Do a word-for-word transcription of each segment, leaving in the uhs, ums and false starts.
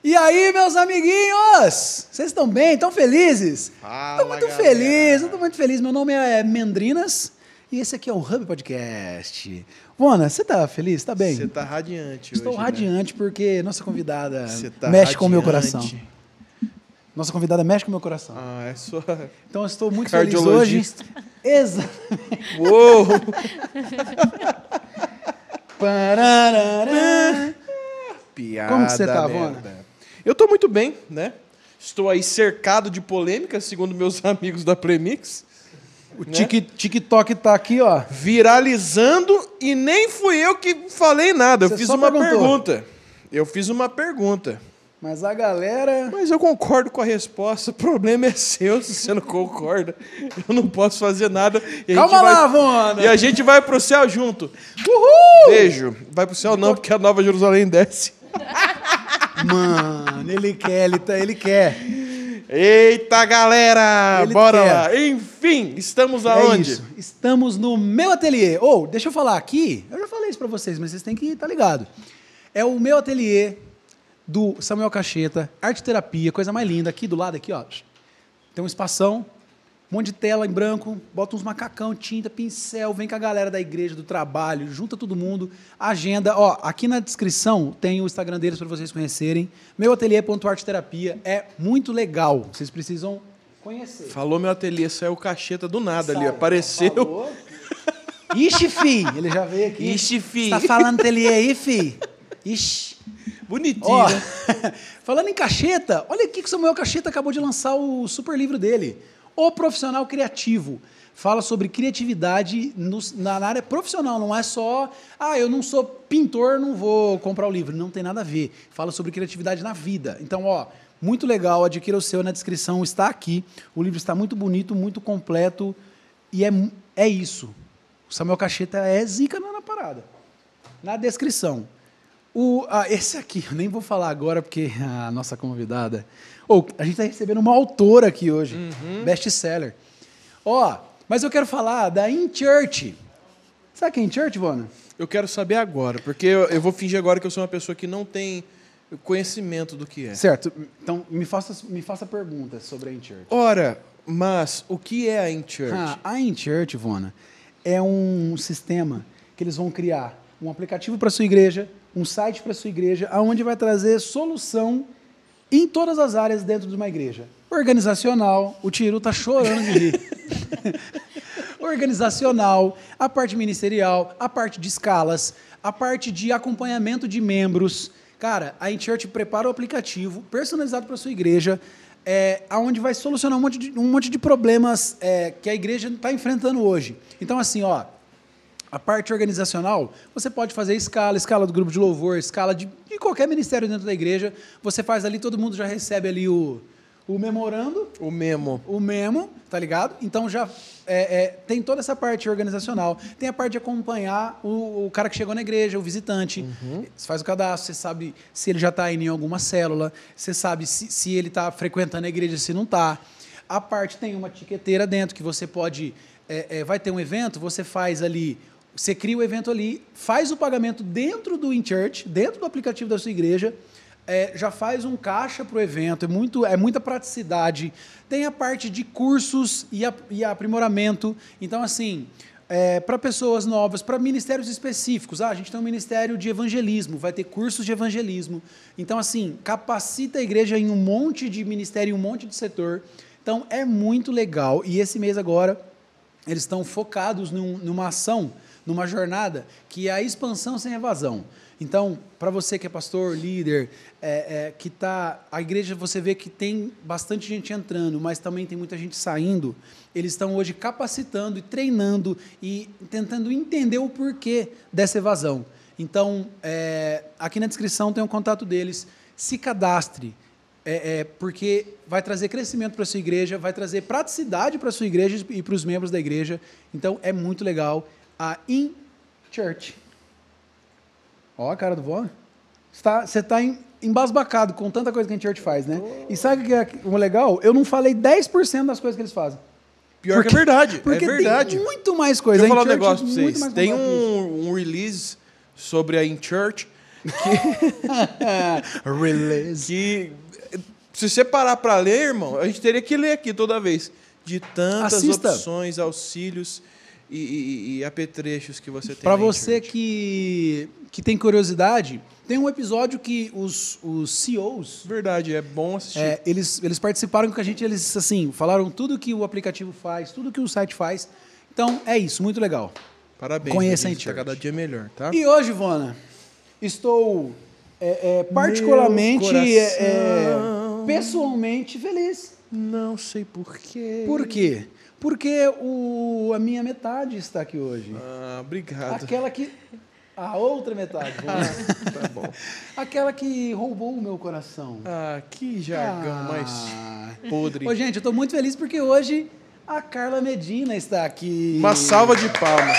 E aí, meus amiguinhos? Vocês estão bem? Estão felizes? Fala, Estou muito galera. feliz, eu estou muito feliz. Meu nome é Mendrinas e esse aqui é o Hub Podcast. Vona, você tá feliz? Tá bem? Você tá radiante Estou hoje, radiante né? porque nossa convidada Você tá mexe radiante. com o meu coração. Nossa convidada mexe com o meu coração. Ah, é sua... Então eu estou muito feliz hoje. Cardiologista. Exatamente. Uou! Parararã. Piada Como que você tá, merda. Vona? Eu tô muito bem, né? Estou aí cercado de polêmicas, segundo meus amigos da Premix. O tic- TikTok tá aqui, ó. Viralizando e nem fui eu que falei nada. Eu Você fiz só uma perguntou. pergunta. Eu fiz uma pergunta. Mas a galera... Mas eu concordo com a resposta. O problema é seu se você não concorda. Eu não posso fazer nada. E a Calma gente lá, vai... Vona! E a gente vai pro céu junto. Uhul! Beijo. Vai pro céu não, porque a Nova Jerusalém desce. Mano, ele quer, ele, tá, ele quer. Eita, galera! Ele Bora quer. lá. Enfim, estamos É aonde? isso. Estamos no meu ateliê. Ou, deixa eu falar aqui, eu já falei isso pra vocês, mas vocês têm que estar ligado. É o meu ateliê do Samuel Cacheta, arte terapia, coisa mais linda. Aqui do lado, aqui, ó. Tem um espação, um monte de tela em branco, bota uns macacão, tinta, pincel, vem com a galera da igreja, do trabalho, junta todo mundo, agenda. Ó, aqui na descrição tem o Instagram deles para vocês conhecerem. meu ateliê ponto arte terapia é muito legal. Vocês precisam conhecer. Falou meu ateliê, saiu o cacheta do nada ali, Sabe, apareceu. falou. Ixi, fi, ele já veio aqui. Ixi, fi. Você tá falando ateliê aí, fi? Ixi. Bonitinho, Ó, né? falando em Cacheta, olha aqui que o Samuel Cacheta acabou de lançar o super livro dele, O Profissional Criativo. Fala sobre criatividade no, na, na área profissional, não é só, ah, eu não sou pintor, não vou comprar o livro. Não tem nada a ver. Fala sobre criatividade na vida. Então, ó, muito legal, adquira o seu na descrição, está aqui. O livro está muito bonito, muito completo e é, é isso. O Samuel Cacheta é zica na parada. Na descrição. O, ah, esse aqui, eu nem vou falar agora, porque a nossa convidada... Oh, a gente está recebendo uma autora aqui hoje, Uhum. best-seller. Ó, mas eu quero falar da InChurch. Sabe quem é InChurch, Vona? Eu quero saber agora, porque eu, eu vou fingir agora que eu sou uma pessoa que não tem conhecimento do que é. Certo, então me faça, me faça perguntas sobre a InChurch. Ora, mas o que é a InChurch? Ah, a InChurch, Vona, é um sistema que eles vão criar um aplicativo para sua igreja, um site para sua igreja, onde vai trazer solução em todas as áreas dentro de uma igreja. Organizacional, o Tiro tá chorando de rir. Organizacional, a parte ministerial, a parte de escalas, a parte de acompanhamento de membros. Cara, a InChurch prepara o aplicativo personalizado para sua igreja, é, onde vai solucionar um monte de, um monte de problemas é, que a igreja está enfrentando hoje. Então, assim, ó, a parte organizacional, você pode fazer escala, escala do grupo de louvor, escala de, de qualquer ministério dentro da igreja. Você faz ali, todo mundo já recebe ali o, o memorando, O memo. o memo, tá ligado? Então já é, é, tem toda essa parte organizacional. Tem a parte de acompanhar o, o cara que chegou na igreja, o visitante. Uhum. Você faz o cadastro, você sabe se ele já está indo em alguma célula, você sabe se, se ele está frequentando a igreja, se não está. A parte tem uma etiqueteira dentro que você pode... É, é, vai ter um evento, você faz ali... Você cria o evento ali, faz o pagamento dentro do InChurch, dentro do aplicativo da sua igreja, é, já faz um caixa para o evento, é, muito, é muita praticidade. Tem a parte de cursos e, a, e aprimoramento. Então, assim, é, para pessoas novas, para ministérios específicos. Ah, a gente tem um ministério de evangelismo, vai ter cursos de evangelismo. Então, assim, capacita a igreja em um monte de ministério, em um monte de setor. Então, é muito legal. E esse mês agora, eles estão focados num, numa ação, numa jornada, que é a expansão sem evasão. Então, para você que é pastor, líder, é, é, que está... A igreja, você vê que tem bastante gente entrando, mas também tem muita gente saindo. Eles estão hoje capacitando e treinando e tentando entender o porquê dessa evasão. Então, é, aqui na descrição tem o contato deles. Se cadastre, é, é, porque vai trazer crescimento para a sua igreja, vai trazer praticidade para a sua igreja e para os membros da igreja. Então, é muito legal. A InChurch. Ó a cara do vó. Você está embasbacado com tanta coisa que a InChurch faz, né? Oh. E sabe o que é o legal? Eu não falei dez por cento das coisas que eles fazem. Pior porque, que é verdade. Porque é verdade. tem muito mais coisa. Deixa eu falar um negócio para é vocês. Tem um, um release sobre a InChurch Release. Que, se você parar para ler, irmão, a gente teria que ler aqui toda vez. De tantas Assista. opções, auxílios e, e, e apetrechos que você tem. Para na você internet. que, que tem curiosidade, tem um episódio que os, os C E Os, Verdade, é bom assistir. é, eles, eles participaram com a gente, eles assim, falaram tudo que o aplicativo faz, tudo que o site faz. Então, é isso, muito legal. Parabéns, Conheça a está Internet. cada dia melhor, tá? E hoje, Ivona, estou é, é, particularmente, Meu é, é, coração. pessoalmente feliz. Não sei porquê. Por quê? Porque o, a minha metade está aqui hoje. Ah, obrigado. Aquela que... A outra metade. Ah, tá bom. Aquela que roubou o meu coração. Ah, que jargão Ah. mais podre. Ô, gente, eu estou muito feliz porque hoje a Carla Medina está aqui. Uma salva de palmas.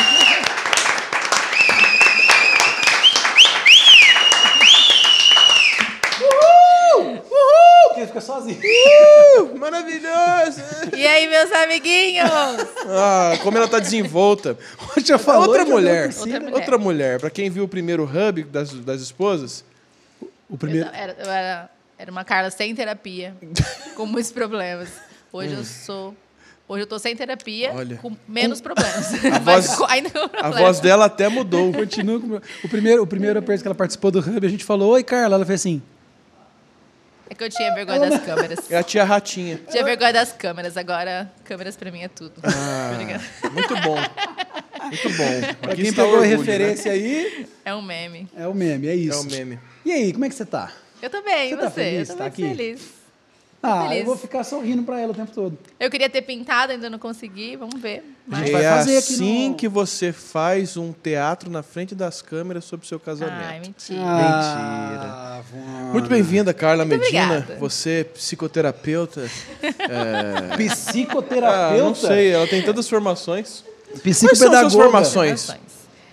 Uhul! Que ele fica sozinho. Uh, maravilhoso! E aí, meus amiguinhos? Ah, como ela tá desenvolta. Já falou, Outra já mulher. deu Outra mulher. Outra mulher. Pra quem viu o primeiro hub das, das esposas, O primeiro... Eu, era, eu era, era uma Carla sem terapia, com muitos problemas. Hoje eu sou... Hoje eu tô sem terapia, Olha. com menos problemas. A Mas voz- com- ainda com a problema. voz dela até mudou. Continua com o meu- o primeiro, o primeiro vez que ela participou do Hub, a gente falou, oi, Carla. Ela fez assim, É que eu tinha vergonha das câmeras. É a tia Ratinha. Tinha vergonha das câmeras, agora câmeras pra mim é tudo. Ah, Obrigada. muito bom. Muito bom. pra Aqui quem está o pegou a orgulho, referência aí, É um meme. é o meme, é né? isso. É o meme. E aí, como é que você tá? Eu tô bem, Você e tá você? feliz? Eu tô Tá muito aqui? feliz. Ah, feliz. eu vou ficar sorrindo pra ela o tempo todo. Eu queria ter pintado, ainda não consegui, vamos ver. Mas... gente vai É fazer aqui assim no- que você faz um teatro na frente das câmeras sobre o seu casamento. Ai, mentira. Ah, Vona. Muito bem-vinda, Carla Muito Medina. obrigada. Você, psicoterapeuta. Psicoterapeuta? Ah, não sei, ela tem tantas formações. Quais são Psicopedagoga. suas formações? Formações.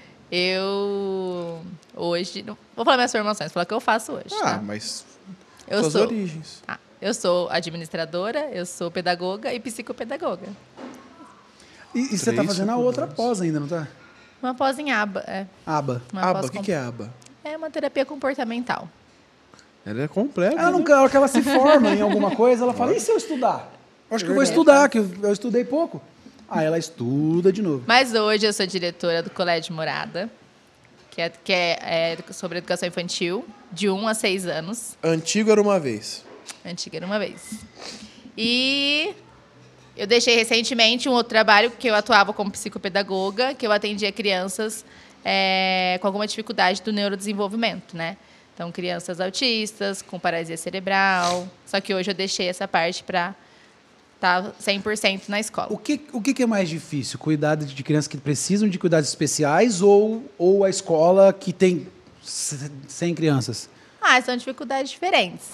Eu hoje... Não vou falar minhas formações, vou falar o que eu faço hoje. Ah, tá? mas Eu suas sou, origens. ah, eu sou administradora, eu sou pedagoga e psicopedagoga. E, e você tá Três fazendo a outra faculdades. pós ainda, não tá? Uma pós em aba, é. Aba. Uma Aba, pós o que, com- que é aba? É uma terapia comportamental. Ela é completa. Ela não né? quer, a hora que ela se forma em alguma coisa, ela fala, e se eu estudar? Eu acho que eu vou estudar, que eu, eu estudei pouco. Aí ela estuda de novo. Mas hoje eu sou diretora do Colégio Morada, que é, que é, é sobre educação infantil, de um a seis anos. Antigo era uma vez. Antiga era uma vez. E eu deixei recentemente um outro trabalho que eu atuava como psicopedagoga, que eu atendia crianças é, com alguma dificuldade do neurodesenvolvimento, né? Então, crianças autistas, com paralisia cerebral. Só que hoje eu deixei essa parte para estar cem por cento na escola. O que, o que que é mais difícil? Cuidar de crianças que precisam de cuidados especiais ou, ou a escola que tem c- cem crianças? Ah, são dificuldades diferentes.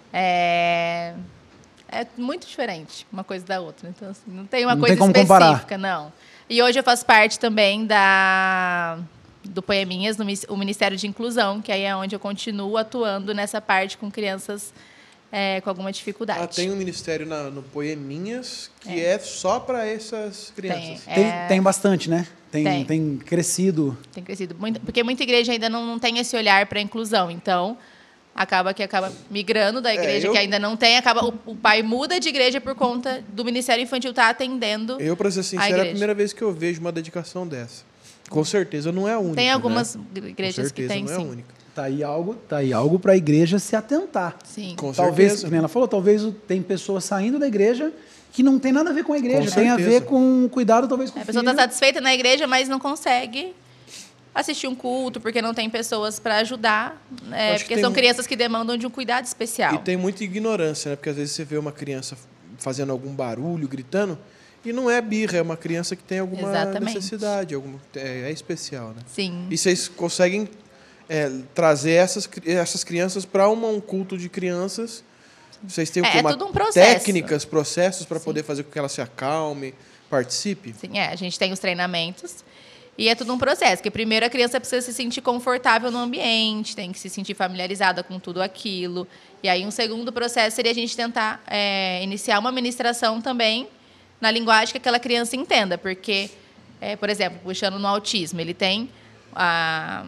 É... é muito diferente uma coisa da outra. Então, assim, não tem uma Não coisa tem como comparar. específica, não. E hoje eu faço parte também da do Poeminhas, no Mis- o Ministério de Inclusão, que aí é onde eu continuo atuando nessa parte com crianças é, com alguma dificuldade. Ela tem um ministério na- no Poeminhas que é, só para essas crianças. Tem. Tem, É. tem bastante, né? Tem, tem. Tem. crescido. Tem crescido muito, porque muita igreja ainda não, não tem esse olhar para a inclusão. Então, acaba que acaba migrando da igreja eu- que ainda não tem, acaba o, o pai muda de igreja por conta do Ministério Infantil estar atendendo. Eu, para ser sincero, é a igreja. primeira vez que eu vejo uma dedicação dessa. Com certeza não é a única. Tem algumas né? igrejas Com que certeza têm, não é a sim. única. Tá aí algo, tá aí algo para a igreja se atentar. Sim. Com Talvez, certeza. como ela falou, talvez o- tem pessoas saindo da igreja que não tem nada a ver com a igreja, Com tem a certeza. ver com cuidado talvez com A o pessoa filho. está satisfeita na igreja, mas não consegue assistir um culto porque não tem pessoas para ajudar, é, Acho que porque tem são um- crianças que demandam de um cuidado especial. E tem muita ignorância, né? Porque às vezes você vê uma criança fazendo algum barulho, gritando, e não é birra, é uma criança que tem alguma Exatamente. necessidade, alguma, é, é especial, né? Sim. E vocês conseguem é, trazer essas, cri- essas crianças para um culto de crianças? Vocês têm o É, quê? é Uma tudo um processo. técnicas, processos para Sim. poder fazer com que ela se acalme, participe? Sim, é, a gente tem os treinamentos e é tudo um processo, porque primeiro a criança precisa se sentir confortável no ambiente, tem que se sentir familiarizada com tudo aquilo. E aí um segundo processo seria a gente tentar é, iniciar uma ministração também na linguagem que aquela criança entenda, porque, é, por exemplo, puxando no autismo, ele tem a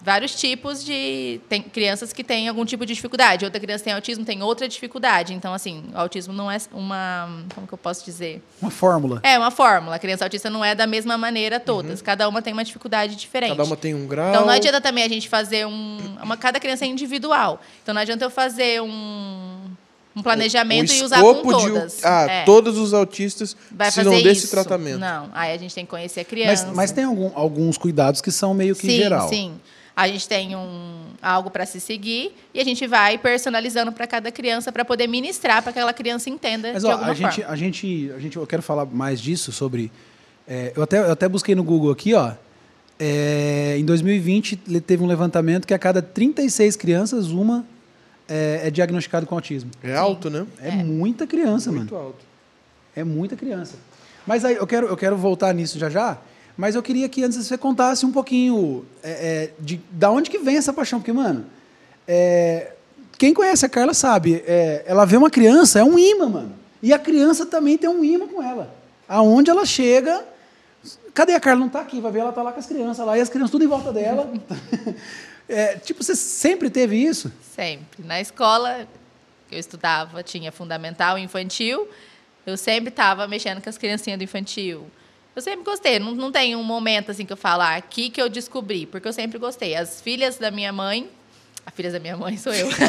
vários tipos de... Tem crianças que têm algum tipo de dificuldade. Outra criança tem autismo, tem outra dificuldade. Então, assim, o autismo não é uma... Como que eu posso dizer? Uma fórmula. É, uma fórmula. A criança autista não é da mesma maneira todas. Uhum. Cada uma tem uma dificuldade diferente. Cada uma tem um grau. Então, não adianta também a gente fazer um... Uma, cada criança é individual. Então, não adianta eu fazer um... um planejamento o, o e usar com todas. De, ah, é. todos os autistas vai precisam fazer desse isso. tratamento. Não, aí a gente tem que conhecer a criança. Mas, mas tem algum, alguns cuidados que são meio que sim, geral. Sim, sim. A gente tem um, algo para se seguir e a gente vai personalizando para cada criança para poder ministrar para que aquela criança entenda mas, de ó, alguma a gente, forma. A gente, a gente, eu quero falar mais disso, sobre... É, eu, até, eu até busquei no Google aqui, ó. É, em dois mil e vinte, teve um levantamento que a cada trinta e seis crianças, uma é, é diagnosticada com autismo. É alto, né? É, é muita criança, Muito mano. alto. É muita criança. Mas aí, eu quero, eu quero voltar nisso já já, mas eu queria que antes você contasse um pouquinho é, é, de da onde que vem essa paixão. Porque, mano, é, quem conhece a Carla sabe, é, ela vê uma criança, é um imã, mano. E a criança também tem um imã com ela. Aonde ela chega... Cadê a Carla? Não está aqui. Vai ver, ela está lá com as crianças lá. E as crianças tudo em volta dela. É, tipo, você sempre teve isso? Sempre. Na escola que eu estudava, tinha fundamental e infantil. Eu sempre estava mexendo com as criancinhas do infantil. Eu sempre gostei. Não, não tem um momento assim que eu falo, ah, aqui que eu descobri. Porque eu sempre gostei. As filhas da minha mãe... As filhas da minha mãe sou eu.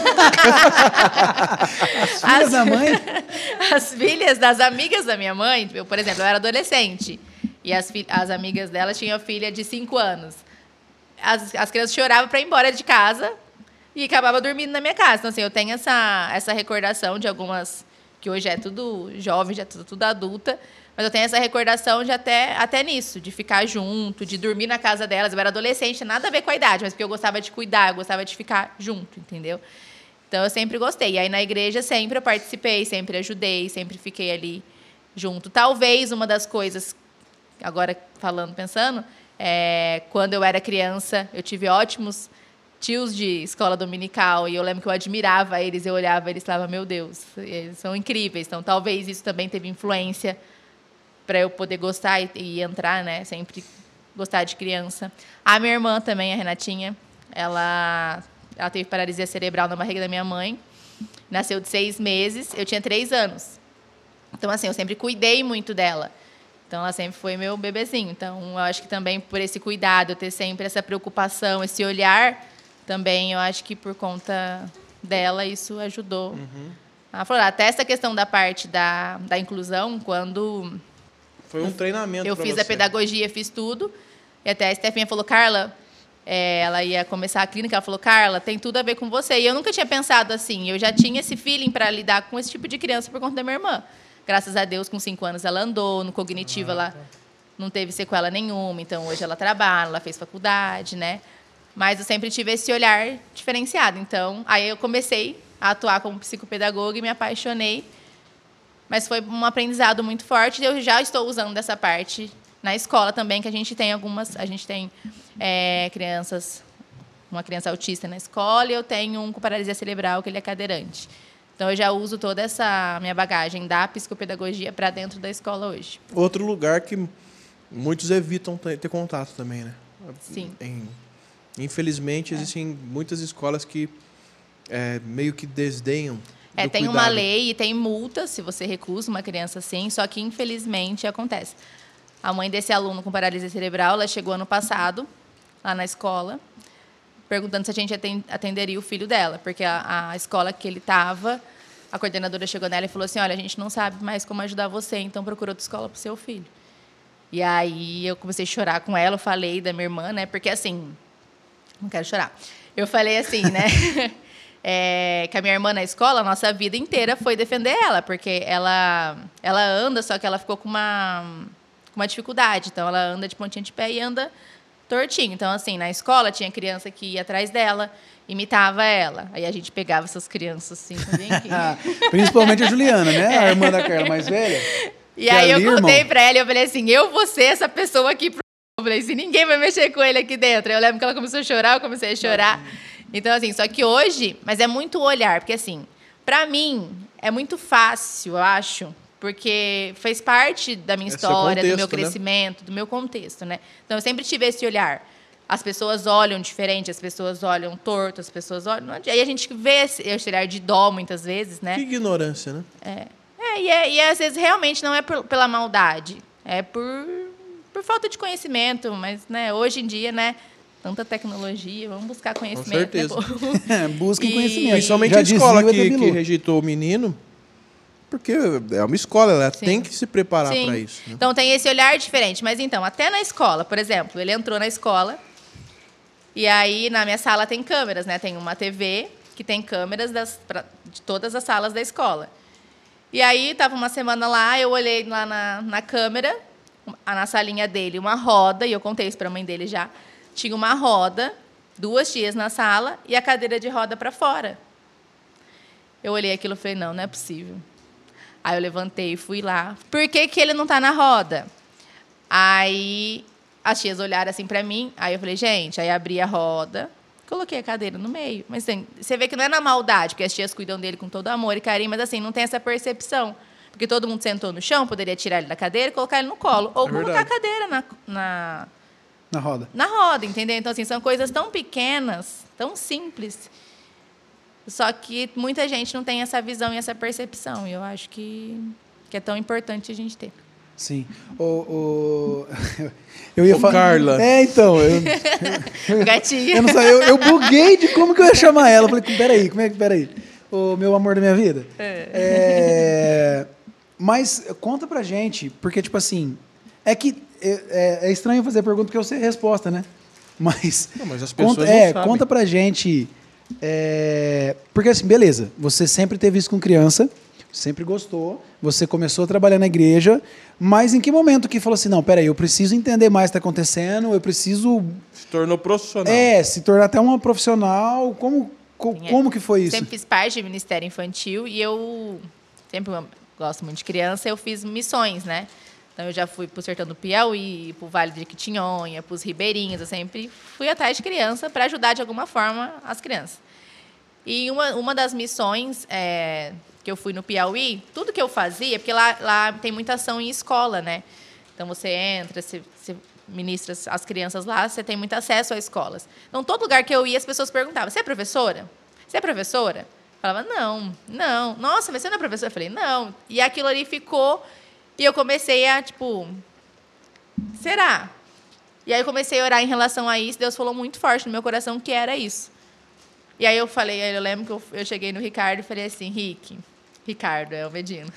As filhas as, da mãe? As filhas das amigas da minha mãe. Eu, por exemplo, eu era adolescente. E as, as amigas dela tinham filha de cinco anos. As, as crianças choravam para ir embora de casa e acabavam dormindo na minha casa. Então, assim, eu tenho essa, essa recordação de algumas... Que hoje é tudo jovem, já é tudo, tudo adulta. Mas eu tenho essa recordação de até, até nisso. De ficar junto, de dormir na casa delas. Eu era adolescente, nada a ver com a idade. Mas porque eu gostava de cuidar, eu gostava de ficar junto, entendeu? Então, eu sempre gostei. E aí, na igreja, sempre eu participei, sempre ajudei, sempre fiquei ali junto. Talvez uma das coisas... Agora, falando, pensando, é, quando eu era criança, eu tive ótimos tios de escola dominical e eu lembro que eu admirava eles, eu olhava eles e falava, meu Deus, eles são incríveis. Então, talvez isso também teve influência para eu poder gostar e, e entrar, né? Sempre gostar de criança. A minha irmã também, a Renatinha, ela, ela teve paralisia cerebral na barriga da minha mãe. Nasceu de seis meses, eu tinha três anos. Então, assim, eu sempre cuidei muito dela. Então, ela sempre foi meu bebezinho. Então, eu acho que também por esse cuidado, eu ter sempre essa preocupação, esse olhar, também eu acho que por conta dela, isso ajudou Uhum. a florar. Até essa questão da parte da, da inclusão, quando... Foi um treinamento Eu pra fiz você. a pedagogia, fiz tudo. E até a Stefinha falou, Carla, é, ela ia começar a clínica, ela falou, Carla, tem tudo a ver com você. E eu nunca tinha pensado assim. Eu já tinha esse feeling para lidar com esse tipo de criança por conta da minha irmã. Graças a Deus, com cinco anos ela andou, no cognitivo ah, ela tá. não teve sequela nenhuma, então hoje ela trabalha, ela fez faculdade, né? Mas eu sempre tive esse olhar diferenciado. Então, aí eu comecei a atuar como psicopedagoga e me apaixonei. Mas foi um aprendizado muito forte e eu já estou usando dessa parte na escola também, que a gente tem algumas... A gente tem é, crianças... Uma criança autista na escola e eu tenho um com paralisia cerebral, que ele é cadeirante. Então, eu já uso toda essa minha bagagem da psicopedagogia para dentro da escola hoje. Outro lugar que muitos evitam ter, ter contato também, né? Sim. Em, infelizmente, é. existem muitas escolas que é, meio que desdenham É, do tem cuidado. uma lei e tem multa se você recusa uma criança assim, só que, infelizmente, acontece. A mãe desse aluno com paralisia cerebral, ela chegou ano passado, lá na escola, perguntando se a gente atenderia o filho dela, porque a, a escola que ele estava, a coordenadora chegou nela e falou assim, olha, a gente não sabe mais como ajudar você, então procura outra escola para o seu filho. E aí eu comecei a chorar com ela, eu falei da minha irmã, né, porque assim, não quero chorar, eu falei assim, né, é, que a minha irmã na escola, a nossa vida inteira foi defender ela, porque ela, ela anda, só que ela ficou com uma, com uma dificuldade, então ela anda de pontinha de pé e anda tortinho. Então, assim, na escola tinha criança que ia atrás dela, imitava ela. Aí a gente pegava essas crianças assim, também aqui. Principalmente a Juliana, né? A irmã da Carla mais velha. E aí ali, eu contei para ela e eu falei assim, eu vou ser essa pessoa aqui pro... Eu falei assim, ninguém vai mexer com ele aqui dentro. Eu lembro que ela começou a chorar, eu comecei a chorar. Então, assim, só que hoje... Mas é muito olhar, porque assim, para mim, é muito fácil, eu acho... Porque fez parte da minha história, contexto, do meu crescimento, né? do meu contexto, né? Então, eu sempre tive esse olhar. as pessoas olham diferente, as pessoas olham torto, as pessoas olham... Aí a gente vê esse, esse olhar de dó, muitas vezes, né? Que ignorância, né? É, é, e, é, e às vezes realmente não é por, pela maldade, é por, por falta de conhecimento, mas né, hoje em dia, né, tanta tecnologia, vamos buscar conhecimento. Com certeza. Né, Busquem E- conhecimento. Principalmente Já a escola dizia o que, Edu que Bilu. rejeitou o menino, porque é uma escola, ela Sim. tem que se preparar Sim. para isso. Né? Então tem esse olhar diferente. Mas então, até na escola, por exemplo, ele entrou na escola e aí na minha sala tem câmeras, né? Tem uma T V que tem câmeras das, pra, de todas as salas da escola. E aí estava uma semana lá, eu olhei lá na, na câmera, na salinha dele, uma roda, e eu contei isso para a mãe dele já. Tinha uma roda, duas tias na sala e a cadeira de roda para fora. Eu olhei aquilo e falei, não, não é possível. Aí eu levantei e fui lá. Por que, que ele não está na roda? Aí as tias olharam assim para mim. Aí eu falei, gente, aí abri a roda, coloquei a cadeira no meio. Mas assim, você vê que não é na maldade, porque as tias cuidam dele com todo amor e carinho, mas assim, não tem essa percepção. Porque todo mundo sentou no chão, poderia tirar ele da cadeira e colocar ele no colo. Ou É colocar verdade. a cadeira na, na, Na roda. na roda, entendeu? Então, assim, são coisas tão pequenas, tão simples. Só que muita gente não tem essa visão e essa percepção. E eu acho que, que é tão importante a gente ter. Sim. O, o... Eu ia Ô, falar. Carla. É, então. Eu, Gatinha. eu não sei, eu, eu buguei de como que eu ia chamar ela. Eu falei, peraí, como é que. Peraí. O meu amor da minha vida. É. É, mas conta pra gente, porque, tipo assim, é que é, é- é estranho fazer pergunta porque eu sei a resposta, né? Mas. Não, mas as pessoas conta, não é, sabem. conta pra gente. é, porque assim, beleza, você sempre teve isso com criança, sempre gostou, você começou a trabalhar na igreja, mas em que momento que falou assim, não, peraí, eu preciso entender mais o que está acontecendo, eu preciso Se tornou profissional. é, se tornar até uma profissional, como, co- Sim, é. como que foi isso? Sempre fiz parte do Ministério Infantil e eu sempre gosto muito de criança, eu fiz missões, né? Então, eu já fui para o Sertão do Piauí, para o Vale de Jequitinhonha, para os Ribeirinhos, eu sempre fui atrás de criança para ajudar de alguma forma as crianças. E uma, uma das missões é, que eu fui no Piauí, tudo que eu fazia, porque lá, lá tem muita ação em escola, né? Então, você entra, você, você ministra as crianças lá, você tem muito acesso a escolas. Então, todo lugar que eu ia, as pessoas perguntavam, você é professora? Você é professora? Eu falava, não, não. Nossa, mas você não é professora? Eu falei, não. E aquilo ali ficou... E eu comecei a, tipo... Será? E aí eu comecei a orar em relação a isso. Deus falou muito forte no meu coração que era isso. E aí eu falei, eu lembro que eu, eu cheguei no Ricardo e falei assim, Rick... Ricardo, é o Medino.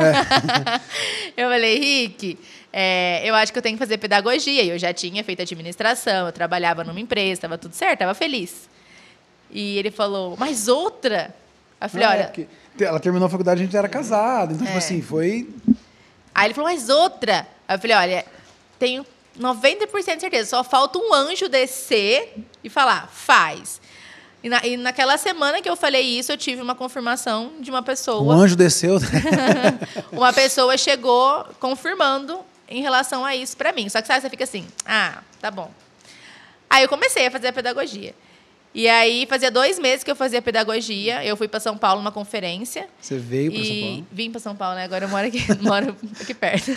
É. Eu falei, Rick, é, eu acho que eu tenho que fazer pedagogia. E eu já tinha feito administração, eu trabalhava numa empresa, estava tudo certo, estava feliz. E ele falou, mas outra? Eu falei, Ah, é, olha... porque ela terminou a faculdade, a gente era casado, então, tipo É. assim, foi... Aí ele falou, mas outra? Aí eu falei, olha, tenho noventa por cento de certeza, só falta um anjo descer e falar, faz. E, na, e naquela semana que eu falei isso, eu tive uma confirmação de uma O pessoa. anjo desceu. Uma pessoa chegou confirmando em relação a isso para mim. Só que sabe, você fica assim, ah, tá bom. Aí eu comecei a fazer a pedagogia. E aí fazia dois meses que eu fazia pedagogia. Eu fui para São Paulo numa conferência. Você veio para São E Paulo? vim para São Paulo, né? Agora eu moro aqui, moro aqui perto.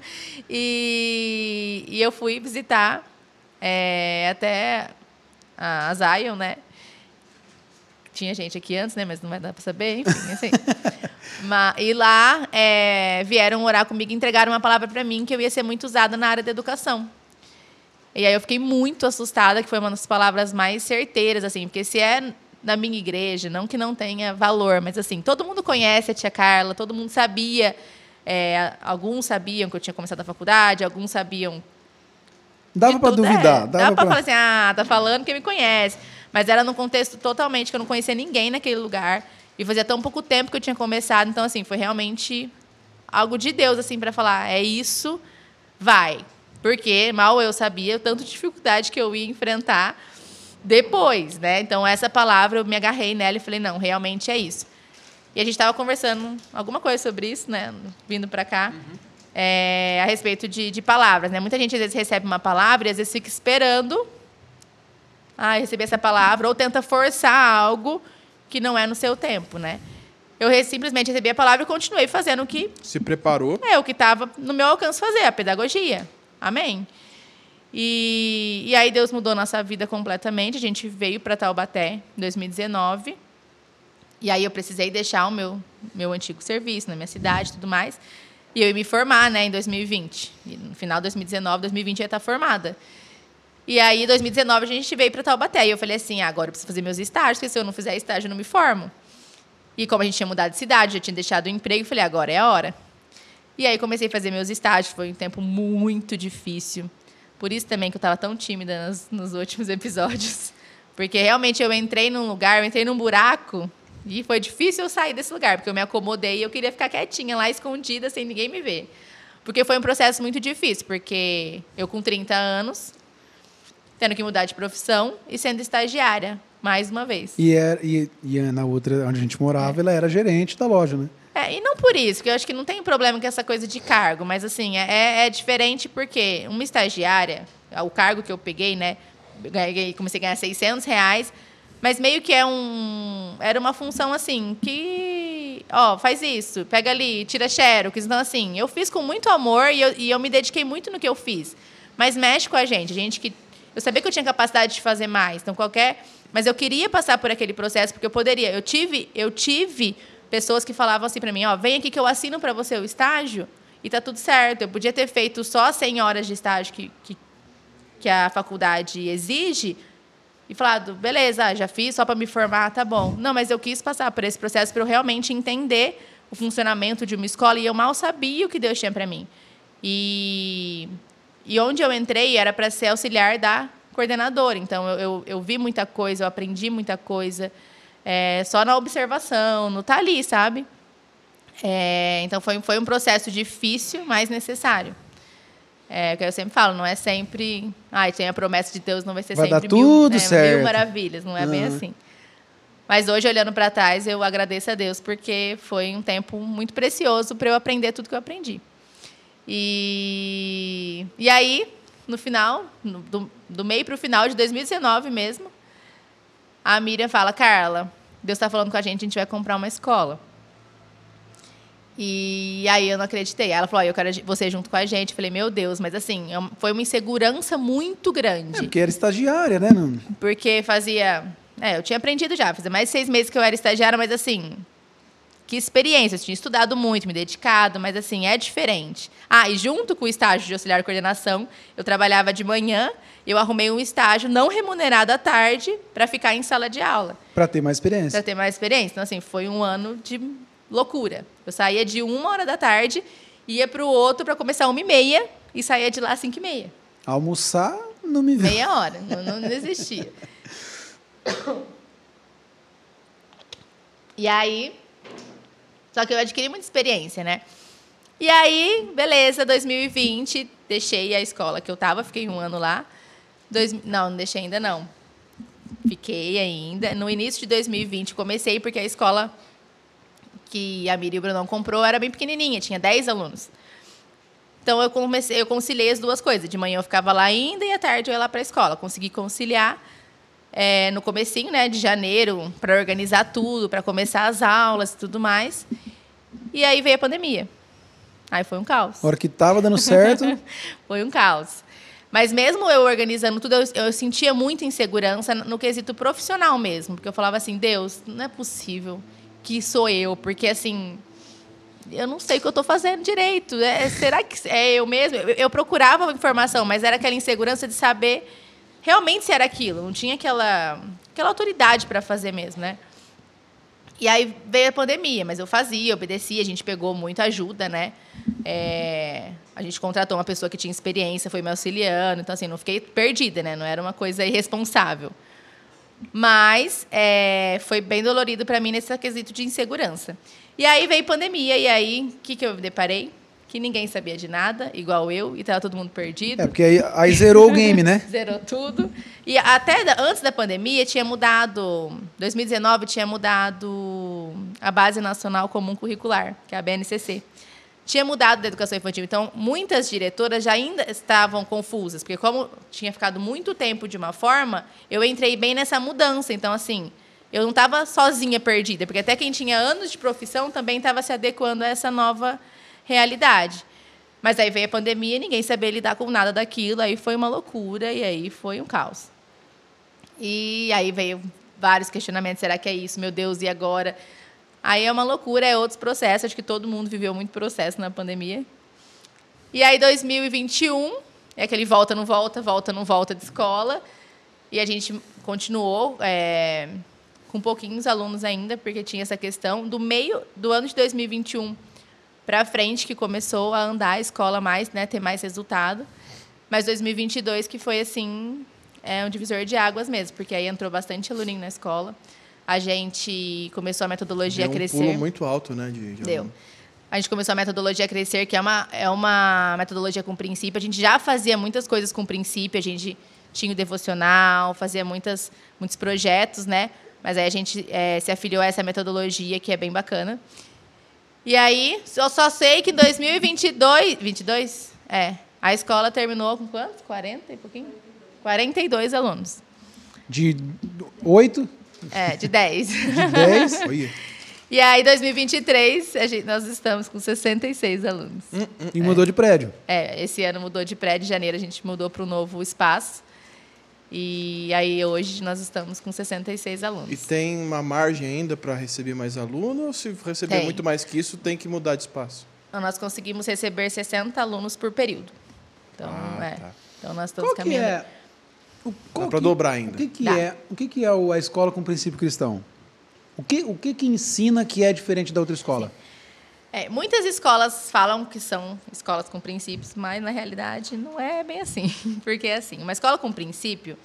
E, e eu fui visitar é, até a Zion, né? Tinha gente aqui antes, né? Mas não vai dar para saber, enfim, assim. Mas, e lá é, vieram orar comigo e entregaram uma palavra para mim que eu ia ser muito usada na área da educação. E aí eu fiquei muito assustada, que foi uma das palavras mais certeiras, assim, porque se é na minha igreja, não que não tenha valor, mas assim, todo mundo conhece a tia Carla, todo mundo sabia, é, alguns sabiam que eu tinha começado a faculdade, alguns sabiam... Dava de para tudo, duvidar. é, dava dava para pra... falar assim, ah, tá falando que me conhece. Mas era num contexto totalmente que eu não conhecia ninguém naquele lugar. E fazia tão pouco tempo que eu tinha começado. Então, assim, foi realmente algo de Deus, assim, para falar, é isso, vai. Porque mal eu sabia o tanto de dificuldade que eu ia enfrentar depois, né? Então, essa palavra, eu me agarrei nela e falei, não, realmente é isso. E a gente estava conversando alguma coisa sobre isso, né? Vindo para cá. Uhum. É, a respeito de, de palavras, né? Muita gente, às vezes, recebe uma palavra e, às vezes, fica esperando ah, receber essa palavra, ou tenta forçar algo que não é no seu tempo, né? Eu re- simplesmente recebi a palavra e continuei fazendo o que Se preparou. é o que estava no meu alcance fazer, a pedagogia. Amém? E, e aí Deus mudou nossa vida completamente. A gente veio para Taubaté em dois mil e dezenove. E aí eu precisei deixar o meu, meu antigo serviço na minha cidade e tudo mais. E eu ia me formar, né, em dois mil e vinte. E no final de dois mil e dezenove, dois mil e vinte eu ia estar formada. E aí, em dois mil e dezenove, a gente veio para Taubaté. E eu falei assim, ah, agora eu preciso fazer meus estágios, porque se eu não fizer estágio, eu não me formo. E como a gente tinha mudado de cidade, já tinha deixado o emprego, eu falei, agora é a hora. E aí comecei a fazer meus estágios. Foi um tempo muito difícil. Por isso também que eu estava tão tímida nos, nos últimos episódios. Porque realmente eu entrei num lugar, eu entrei num buraco, e foi difícil eu sair desse lugar, porque eu me acomodei e eu queria ficar quietinha lá, escondida, sem ninguém me ver. Porque foi um processo muito difícil, porque eu com trinta anos, tendo que mudar de profissão e sendo estagiária, mais uma vez. E, era, e, e na outra, onde a gente morava, é. ela era gerente da loja, né? É, e não por isso, que eu acho que não tem problema com essa coisa de cargo, mas assim, é, é diferente porque uma estagiária, o cargo que eu peguei, né, comecei a ganhar seiscentos reais, mas meio que é um, era uma função assim, que, ó, faz isso, pega ali, tira xerox. Então, assim, eu fiz com muito amor e eu, e eu me dediquei muito no que eu fiz. Mas mexe com a gente, gente que... Eu sabia que eu tinha capacidade de fazer mais, então qualquer... Mas eu queria passar por aquele processo, porque eu poderia. Eu tive, eu tive pessoas que falavam assim para mim, ó, vem aqui que eu assino para você o estágio e tá tudo certo. Eu podia ter feito só cem horas de estágio que, que, que a faculdade exige, e falado, beleza, já fiz só para me formar, tá bom. Não, mas eu quis passar por esse processo para eu realmente entender o funcionamento de uma escola, e eu mal sabia o que Deus tinha para mim. E, e onde eu entrei era para ser auxiliar da coordenadora. Então, eu, eu, eu vi muita coisa, eu aprendi muita coisa, é, só na observação, no tá ali, sabe? É, então, foi, foi um processo difícil, mas necessário. É o que eu sempre falo, não é sempre... Ai, tem a promessa de Deus, não vai ser vai sempre dar tudo mil, certo. Né, mil maravilhas, não é uhum. bem assim. Mas hoje, olhando para trás, eu agradeço a Deus, porque foi um tempo muito precioso para eu aprender tudo que eu aprendi. E, e aí, no final, no, do, do meio para o final de dois mil e dezenove mesmo, a Miriam fala, Carla, Deus está falando com a gente, a gente vai comprar uma escola. E aí eu não acreditei. Ela falou, oh, eu quero você junto com a gente. Eu falei, meu Deus, mas assim, foi uma insegurança muito grande. É, porque era estagiária, né? Não... Porque fazia... É, eu tinha aprendido já, fazia mais de seis meses que eu era estagiária, mas assim, que experiência. Eu tinha estudado muito, me dedicado, mas assim, é diferente. Ah, e junto com o estágio de auxiliar de coordenação, eu trabalhava de manhã, eu arrumei um estágio não remunerado à tarde para ficar em sala de aula. Para ter mais experiência. Para ter mais experiência. Então, assim, foi um ano de... loucura. Eu saía de uma hora da tarde, ia para o outro para começar uma e meia e saía de lá às cinco e meia. Almoçar, não me vê. Meia hora, não, não, não existia. E aí, só que eu adquiri muita experiência, né? E aí, beleza, dois mil e vinte, deixei a escola que eu estava, fiquei um ano lá. Dois, não, não deixei ainda não. Fiquei ainda. No início de dois mil e vinte, comecei porque a escola... que a Miriam e o Brunão comprou, era bem pequenininha, tinha dez alunos. Então, eu, comecei, eu conciliei as duas coisas. De manhã eu ficava lá ainda e à tarde eu ia lá para a escola. Consegui conciliar é, no comecinho, né, de janeiro, para organizar tudo, para começar as aulas e tudo mais. E aí veio a pandemia. Aí foi um caos. A hora que estava dando certo... Foi um caos. Mas mesmo eu organizando tudo, eu, eu sentia muita insegurança no, no quesito profissional mesmo. Porque eu falava assim, Deus, não é possível... que sou eu, porque, assim, eu não sei o que eu estou fazendo direito. É, será que é eu mesmo? Eu, eu procurava informação, mas era aquela insegurança de saber realmente se era aquilo. Não tinha aquela, aquela autoridade para fazer mesmo, né? E aí veio a pandemia, mas eu fazia, obedecia, a gente pegou muita ajuda, né? É, a gente contratou uma pessoa que tinha experiência, foi me auxiliando, então, assim, não fiquei perdida, né? Não era uma coisa irresponsável. Mas é, foi bem dolorido para mim nesse quesito de insegurança. E aí veio pandemia, e aí o que, que eu me deparei? Que ninguém sabia de nada, igual eu, e estava todo mundo perdido. É, porque aí, aí zerou o game, né? Zerou tudo. E até da, antes da pandemia, tinha mudado... dois mil e dezenove tinha mudado a Base Nacional Comum Curricular, que é a B N C C. Tinha mudado da educação infantil. Então, muitas diretoras já ainda estavam confusas, porque como tinha ficado muito tempo de uma forma, eu entrei bem nessa mudança. Então, assim, eu não estava sozinha perdida, porque até quem tinha anos de profissão também estava se adequando a essa nova realidade. Mas aí veio a pandemia, ninguém sabia lidar com nada daquilo, aí foi uma loucura e aí foi um caos. E aí veio vários questionamentos, será que é isso? Meu Deus, e agora? Aí é uma loucura, é outros processos, acho que todo mundo viveu muito processo na pandemia. E aí dois mil e vinte e um, é aquele volta, não volta, volta, não volta de escola, e a gente continuou é, com pouquinhos alunos ainda, porque tinha essa questão do meio do ano de dois mil e vinte e um para frente, que começou a andar a escola mais, né, ter mais resultado. Mas dois mil e vinte e dois que foi assim, é um divisor de águas mesmo, porque aí entrou bastante aluninho na escola. A gente começou a metodologia Deu a crescer. Um pulo muito alto, né, de, de Deu. A gente começou a metodologia a crescer, que é uma, é uma metodologia com princípio. A gente já fazia muitas coisas com princípio, a gente tinha o devocional, fazia muitas, muitos projetos, né? Mas aí a gente é, se afiliou a essa metodologia, que é bem bacana. E aí, eu só sei que em dois mil e vinte e dois... vinte e dois? É. A escola terminou com quantos? quarenta e pouquinho? quarenta e dois alunos. De oito? É, de dez. De dez? Olha. E aí, em dois mil e vinte e três, a gente, nós estamos com sessenta e seis alunos. Hum, hum. E mudou de prédio. É, esse ano mudou de prédio, em janeiro a gente mudou para um novo espaço. E aí, hoje, nós estamos com sessenta e seis alunos. E tem uma margem ainda para receber mais alunos? Ou se receber Tem. muito mais que isso, tem que mudar de espaço? Então, nós conseguimos receber sessenta alunos por período. Então, Ah, é. tá. Então nós estamos Qual que caminhando. é? O, qual Dá para que- dobrar ainda. O que, que Dá. é, o que, que é o- a escola com princípio cristão? O que, o que, que ensina que é diferente da outra escola? É, muitas escolas falam que são escolas com princípios, mas na realidade não é bem assim. Porque é assim, uma escola com princípio,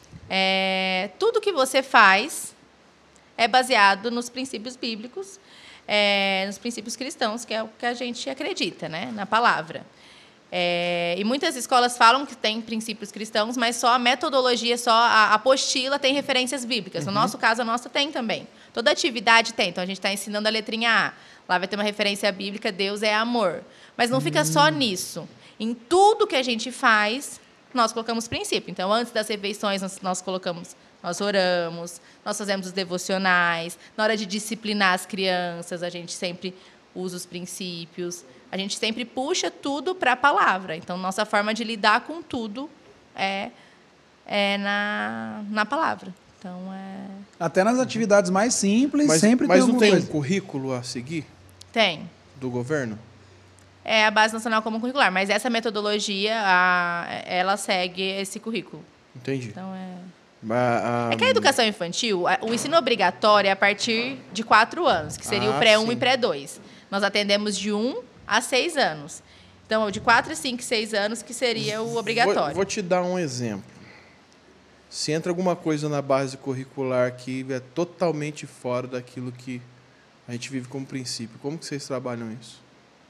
é, tudo que você faz é baseado nos princípios bíblicos, é, nos princípios cristãos, que é o que a gente acredita, né, na palavra. É, e muitas escolas falam que tem princípios cristãos, mas só a metodologia, só a apostila tem referências bíblicas. No nosso caso, a nossa tem também. Toda atividade tem. Então, a gente está ensinando a letrinha A. Lá vai ter uma referência bíblica, Deus é amor. Mas não fica só nisso. Em tudo que a gente faz, nós colocamos princípio. Então, antes das refeições, nós, nós colocamos, nós oramos, nós fazemos os devocionais. Na hora de disciplinar as crianças, a gente sempre usa os princípios. A gente sempre puxa tudo para a palavra. Então, nossa forma de lidar com tudo é, é na, na palavra. Então, é... Até nas atividades mais simples, Mas, sempre mas tem não alguma tem um coisa. currículo a seguir Tem. do governo? É a Base Nacional Comum Curricular. Mas essa metodologia, a, ela segue esse currículo. Entendi. Então, é... A- a- É que a educação infantil, a- o ensino obrigatório é a partir de quatro anos, que seria Ah, o pré um sim. e pré dois. Nós atendemos de um a seis anos. Então, de quatro, cinco e seis anos, que seria o obrigatório. Vou, vou te dar um exemplo. Se entra alguma coisa na base curricular que é totalmente fora daquilo que a gente vive como princípio, como que vocês trabalham isso?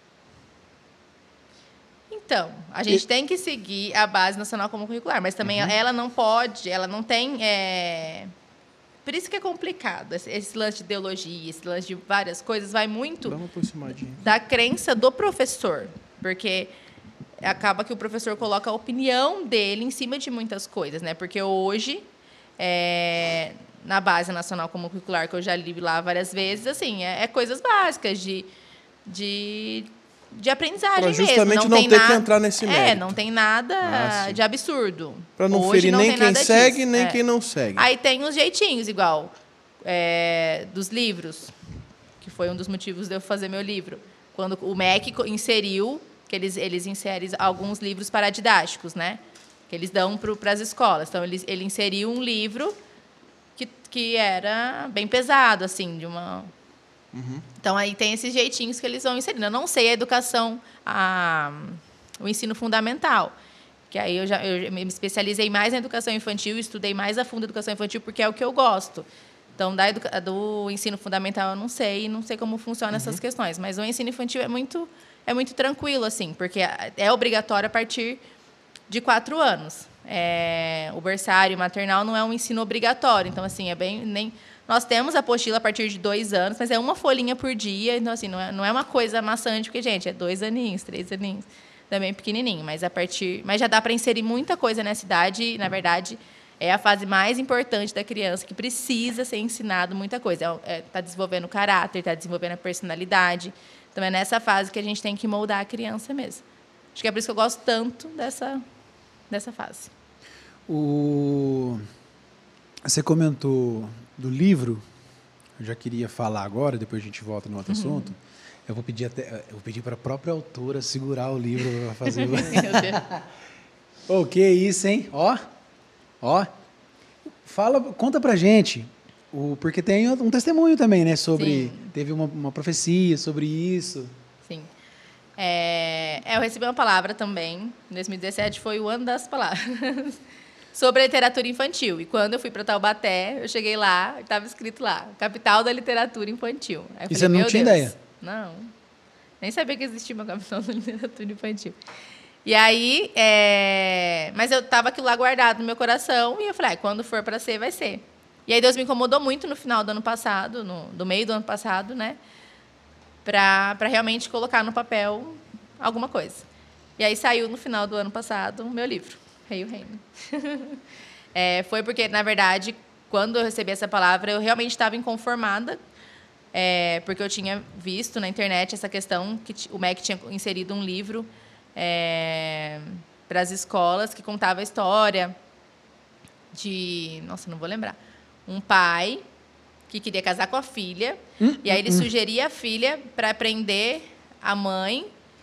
Então, a gente tem que seguir a Base Nacional Comum Curricular, mas também ela não pode, ela não tem... é, Por isso que é complicado. Esse, esse lance de ideologia, esse lance de várias coisas, vai muito Dá uma aproximadinha. da crença do professor, porque acaba que o professor coloca a opinião dele em cima de muitas coisas, né? Porque hoje, é, na Base Nacional Comum Curricular, que eu já li lá várias vezes, assim, é, é coisas básicas de, de, de aprendizagem Pra mesmo. justamente não tem ter que nada- entrar nesse É, mérito. não tem nada Ah, sim. de absurdo. Para não Hoje ferir não nem tem quem nada segue, disso. nem É. quem não segue. Aí tem uns jeitinhos, igual é, dos livros, que foi um dos motivos de eu fazer meu livro. Quando o M E C co- inseriu, que eles, eles inserem alguns livros paradidáticos, né? Que eles dão para as escolas. Então, eles, ele inseriu um livro que, que era bem pesado, assim, de uma... Então, aí tem esses jeitinhos que eles vão inserindo. Eu não sei a educação, a, o ensino fundamental, que aí eu já eu me especializei mais na educação infantil, estudei mais a fundo a educação infantil, porque é o que eu gosto. Então, da educa- do ensino fundamental eu não sei, não sei como funcionam essas questões, mas o ensino infantil é muito, é muito tranquilo, assim, porque é obrigatório a partir de quatro anos. É, o berçário maternal não é um ensino obrigatório, então, assim, é bem... Nem, nós temos a apostila a partir de dois anos, mas é uma folhinha por dia, então, assim, não é, não é uma coisa maçante, porque, gente, é dois aninhos, três aninhos, também pequenininho, mas a partir... Mas já dá para inserir muita coisa nessa idade, e, na verdade... É a fase mais importante da criança, que precisa ser ensinado muita coisa. Está é, tá desenvolvendo o caráter, está desenvolvendo a personalidade. Então, é nessa fase que a gente tem que moldar a criança mesmo. Acho que é por isso que eu gosto tanto dessa, dessa fase. O... Você comentou do livro, eu já queria falar agora, depois a gente volta no outro uhum. assunto. Eu vou pedir até, eu vou pedir para a própria autora segurar o livro para fazer o... Meu Deus. Ô, que isso, hein? Ó, ó. Fala, conta pra gente, o, porque tem um testemunho também, né? Sobre, Sim. teve uma, uma profecia sobre isso. Sim. É, eu recebi uma palavra também, em dois mil e dezessete foi o ano das palavras, sobre a literatura infantil. E quando eu fui para Taubaté, eu cheguei lá, estava escrito lá, capital da literatura infantil. Aí eu e falei, você não meu tinha Deus, ideia? Não, nem sabia que existia uma capital da literatura infantil. E aí, é... mas eu estava aquilo lá guardado no meu coração e eu falei, ah, quando for para ser, vai ser. E aí Deus me incomodou muito no final do ano passado, no, do meio do ano passado, né? Para realmente colocar no papel alguma coisa. E aí saiu no final do ano passado o meu livro, Rei e o Reino. é, foi porque, na verdade, quando eu recebi essa palavra, eu realmente estava inconformada, é, porque eu tinha visto na internet essa questão que o M E C tinha inserido um livro é, para as escolas que contava a história de... Nossa, não vou lembrar. Um pai que queria casar com a filha, hum, e aí ele hum. sugeria a filha para prender a mãe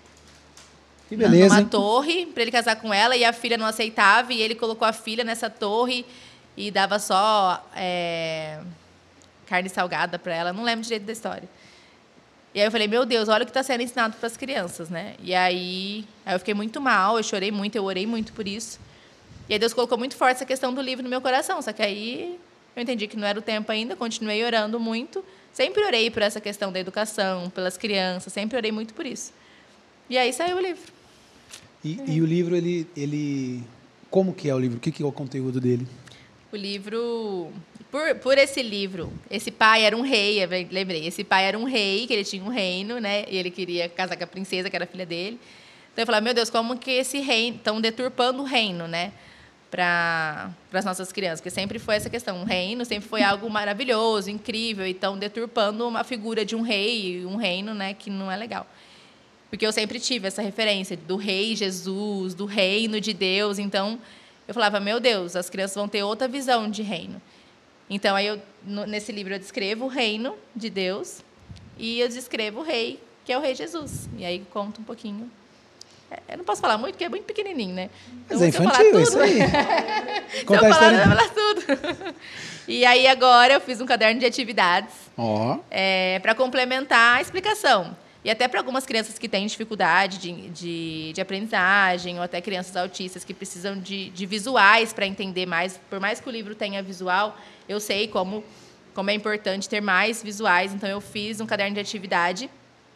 que beleza, numa hein? torre, para ele casar com ela, e a filha não aceitava, e ele colocou a filha nessa torre e dava só é, carne salgada para ela. Não lembro direito da história. E aí eu falei, meu Deus, olha o que está sendo ensinado para as crianças, né? E aí, aí eu fiquei muito mal, eu chorei muito, eu orei muito por isso. E aí Deus colocou muito forte essa questão do livro no meu coração, só que aí eu entendi que não era o tempo ainda, continuei orando muito. Sempre orei por essa questão da educação, pelas crianças, sempre orei muito por isso. E aí saiu o livro. E, é. e o livro, ele, ele... Como que é o livro? O que, que é o conteúdo dele? O livro... Por, por esse livro, esse pai era um rei, eu lembrei, esse pai era um rei, que ele tinha um reino, né? E ele queria casar com a princesa, que era filha dele. Então eu falava, meu Deus, como que esse reino... Estão deturpando o reino, né? Para as nossas crianças, porque sempre foi essa questão, um reino sempre foi algo maravilhoso, incrível, e estão deturpando uma figura de um rei, um reino, né, que não é legal. Porque eu sempre tive essa referência do rei Jesus, do reino de Deus, então eu falava, meu Deus, as crianças vão ter outra visão de reino. Então, aí eu, nesse livro eu descrevo o reino de Deus e eu descrevo o rei, que é o rei Jesus. E aí conto um pouquinho. Eu não posso falar muito, porque é muito pequenininho, né? Mas então, é infantil, isso aí. Se eu falar, eu vou falar tudo. E aí, agora, eu fiz um caderno de atividades oh. é, para complementar a explicação. E até para algumas crianças que têm dificuldade de, de, de aprendizagem, ou até crianças autistas que precisam de, de visuais para entender mais. Por mais que o livro tenha visual, eu sei como, como é importante ter mais visuais. Então, eu fiz um caderno de atividade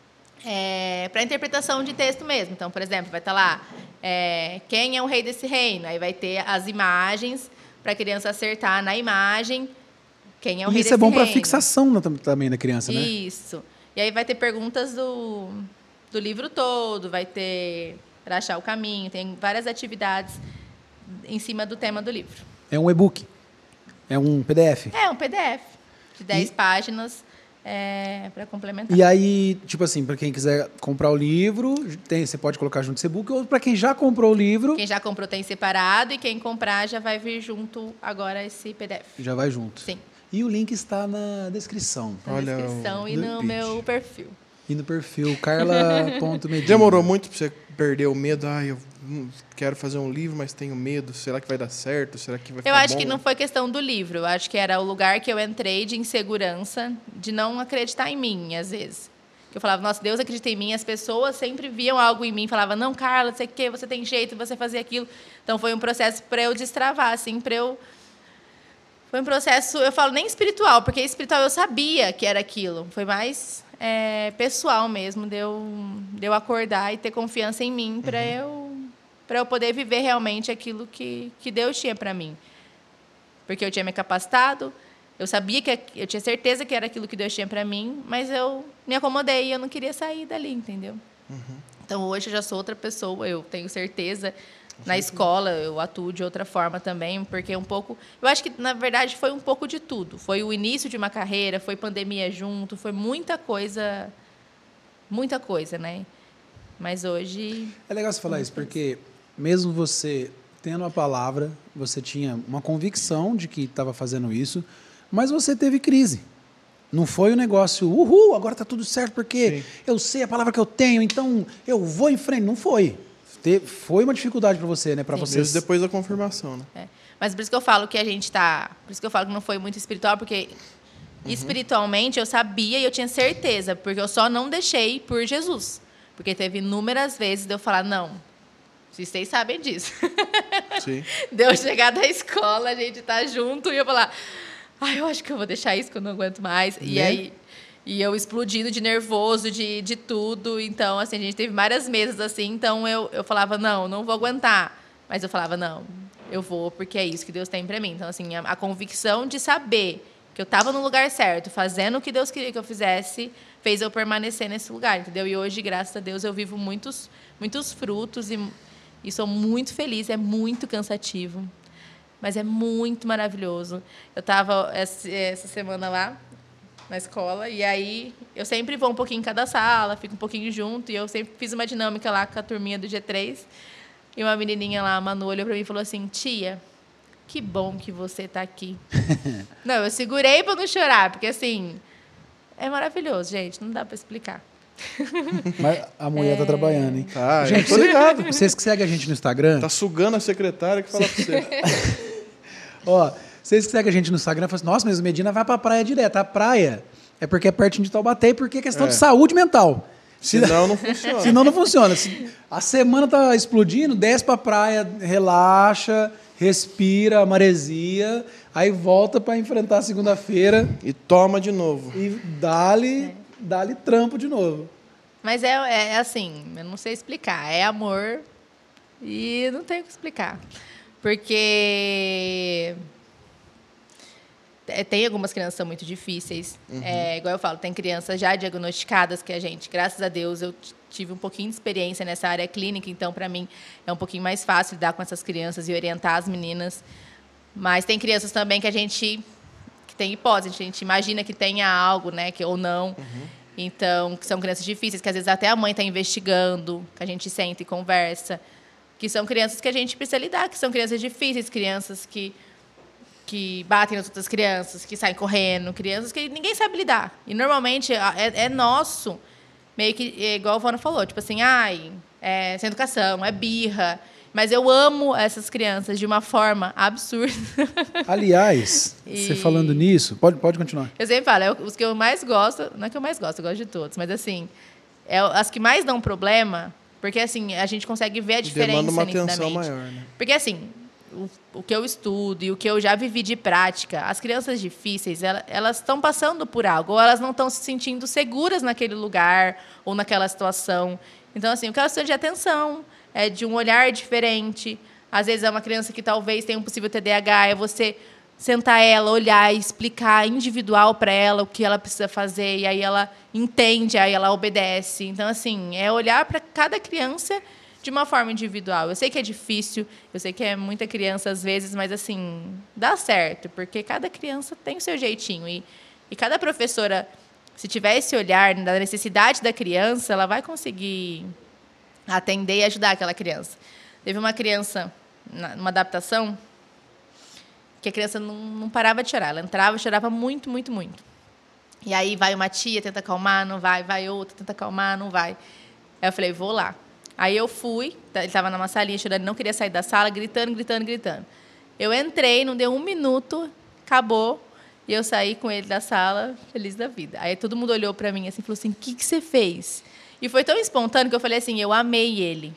É, para interpretação de texto mesmo. Então, por exemplo, vai estar lá é, quem é o rei desse reino. Aí vai ter as imagens para a criança acertar na imagem quem é o e rei isso desse é bom reino. para fixação também da criança, né? Isso. E aí vai ter perguntas do, do livro todo, vai ter para achar o caminho, tem várias atividades em cima do tema do livro. É um e-book? É um P D F? É um P D F de dez e... páginas. É, para complementar. E aí, tipo assim, para quem quiser comprar o livro, tem, você pode colocar junto esse e-book, ou para quem já comprou o livro... Quem já comprou tem separado, e quem comprar já vai vir junto agora esse P D F. Já vai junto. Sim. E o link está na descrição. Na Olha descrição e no pitch. Meu perfil. E no perfil, carla ponto medina. Demorou muito para você perder o medo? Ah, eu quero fazer um livro, mas tenho medo. Será que vai dar certo? Será que vai ficar Eu acho bom? que não foi questão do livro. Eu acho que era o lugar que eu entrei de insegurança, de não acreditar em mim, às vezes. Eu falava, nossa, Deus acredita em mim. As pessoas sempre viam algo em mim. Falavam, não, Carla, você quer, você tem jeito, você fazer aquilo. Então, foi um processo para eu destravar, assim, para eu... Foi um processo, eu falo nem espiritual, porque espiritual eu sabia que era aquilo. Foi mais é, pessoal mesmo, de eu, de eu acordar e ter confiança em mim para uhum. eu, para eu poder viver realmente aquilo que, que Deus tinha para mim. Porque eu tinha me capacitado, eu sabia que eu tinha certeza que era aquilo que Deus tinha para mim, mas eu me acomodei e eu não queria sair dali, entendeu? Uhum. Então, hoje eu já sou outra pessoa, eu tenho certeza. Na escola, eu atuo de outra forma também, porque um pouco... Eu acho que, na verdade, foi um pouco de tudo. Foi o início de uma carreira, foi pandemia junto, foi muita coisa, muita coisa, né? Mas hoje... É legal você falar isso, porque mesmo você tendo a palavra, você tinha uma convicção de que estava fazendo isso, mas você teve crise. Não foi o negócio, uhul, agora está tudo certo, porque Sim. eu sei a palavra que eu tenho, então eu vou em frente. Não foi. Foi uma dificuldade para você, né? Para você. Mesmo depois da confirmação, né? É. Mas por isso que eu falo que a gente está... Por isso que eu falo que não foi muito espiritual, porque uhum. espiritualmente eu sabia e eu tinha certeza, porque eu só não deixei por Jesus. Porque teve inúmeras vezes de eu falar, não, vocês sabem disso. Sim. De eu chegar da escola, a gente tá junto, e eu falar, ai, eu acho que eu vou deixar isso, que eu não aguento mais. Né? E aí, e eu explodindo de nervoso, de, de tudo. Então, assim, a gente teve várias mesas assim, então eu, eu falava, não, não vou aguentar. Mas eu falava, não, eu vou, porque é isso que Deus tem para mim. Então, assim, a, a convicção de saber que eu estava no lugar certo, fazendo o que Deus queria que eu fizesse, fez eu permanecer nesse lugar, entendeu? E hoje, graças a Deus, eu vivo muitos, muitos frutos e, e sou muito feliz. É muito cansativo, mas é muito maravilhoso. Eu estava essa, essa semana lá na escola e aí eu sempre vou um pouquinho em cada sala, fico um pouquinho junto e eu sempre fiz uma dinâmica lá com a turminha do G três e uma menininha lá, a Manu, olhou para mim e falou assim, tia, que bom que você está aqui. Não, eu segurei para não chorar, porque assim... É maravilhoso, gente. Não dá para explicar. Mas a mulher é... tá trabalhando, hein? Tá, gente, tô ligado. Vocês que seguem a gente no Instagram... Tá sugando a secretária que fala pra você. Ó, vocês que seguem a gente no Instagram falam assim, nossa, mas o Medina vai pra praia direto. A praia é porque é pertinho de Taubaté e porque é questão é. de saúde mental. Senão não funciona. Senão não funciona. A semana tá explodindo, desce pra praia, relaxa, respira a maresia... Aí volta para enfrentar a segunda-feira. E toma de novo. E dá-lhe é. dá-lhe trampo de novo. Mas é, é assim, eu não sei explicar. É amor e não tenho o que explicar. Porque tem algumas crianças que são muito difíceis. Uhum. É, igual eu falo, tem crianças já diagnosticadas que a gente, graças a Deus, eu tive um pouquinho de experiência nessa área clínica. Então, para mim, é um pouquinho mais fácil lidar com essas crianças e orientar as meninas. Mas tem crianças também que a gente que tem hipótese, a gente imagina que tenha algo, né, que ou não. Uhum. Então, que são crianças difíceis, que às vezes até a mãe está investigando, que a gente senta e conversa, que são crianças que a gente precisa lidar, que são crianças difíceis, crianças que que batem nas outras crianças, que saem correndo, crianças que ninguém sabe lidar. E normalmente é, é nosso, meio que é igual o Vona falou, tipo assim, ai, é sem educação, é birra. Mas eu amo essas crianças de uma forma absurda. Aliás, e... você falando nisso, pode, pode continuar. Eu sempre falo, é os que eu mais gosto, não é que eu mais gosto, eu gosto de todos, mas assim, é as que mais dão problema, porque assim, a gente consegue ver a diferença demanda uma nitidamente. atenção maior, né? Porque assim, o, o que eu estudo e o que eu já vivi de prática, as crianças difíceis, elas estão passando por algo, ou elas não estão se sentindo seguras naquele lugar ou naquela situação. Então, assim, o que elas precisam de atenção, é de um olhar diferente. Às vezes é uma criança que talvez tenha um possível T D A H, é você sentar ela, olhar e explicar individual para ela o que ela precisa fazer, e aí ela entende, aí ela obedece. Então, assim, é olhar para cada criança de uma forma individual. Eu sei que é difícil, eu sei que é muita criança às vezes, mas, assim, dá certo, porque cada criança tem o seu jeitinho. E, e cada professora, se tiver esse olhar da necessidade da criança, ela vai conseguir atender e ajudar aquela criança. Teve uma criança, numa adaptação, que a criança não, não parava de chorar. Ela entrava e chorava muito, muito, muito. E aí vai uma tia, tenta acalmar, não vai. Vai outra, tenta acalmar, não vai. Aí eu falei, vou lá. Aí eu fui, ele estava numa salinha chorando, não queria sair da sala, gritando, gritando, gritando. Eu entrei, não deu um minuto, acabou, e eu saí com ele da sala, feliz da vida. Aí todo mundo olhou para mim assim, falou assim, o que, que você fez? E foi tão espontâneo que eu falei assim, eu amei ele.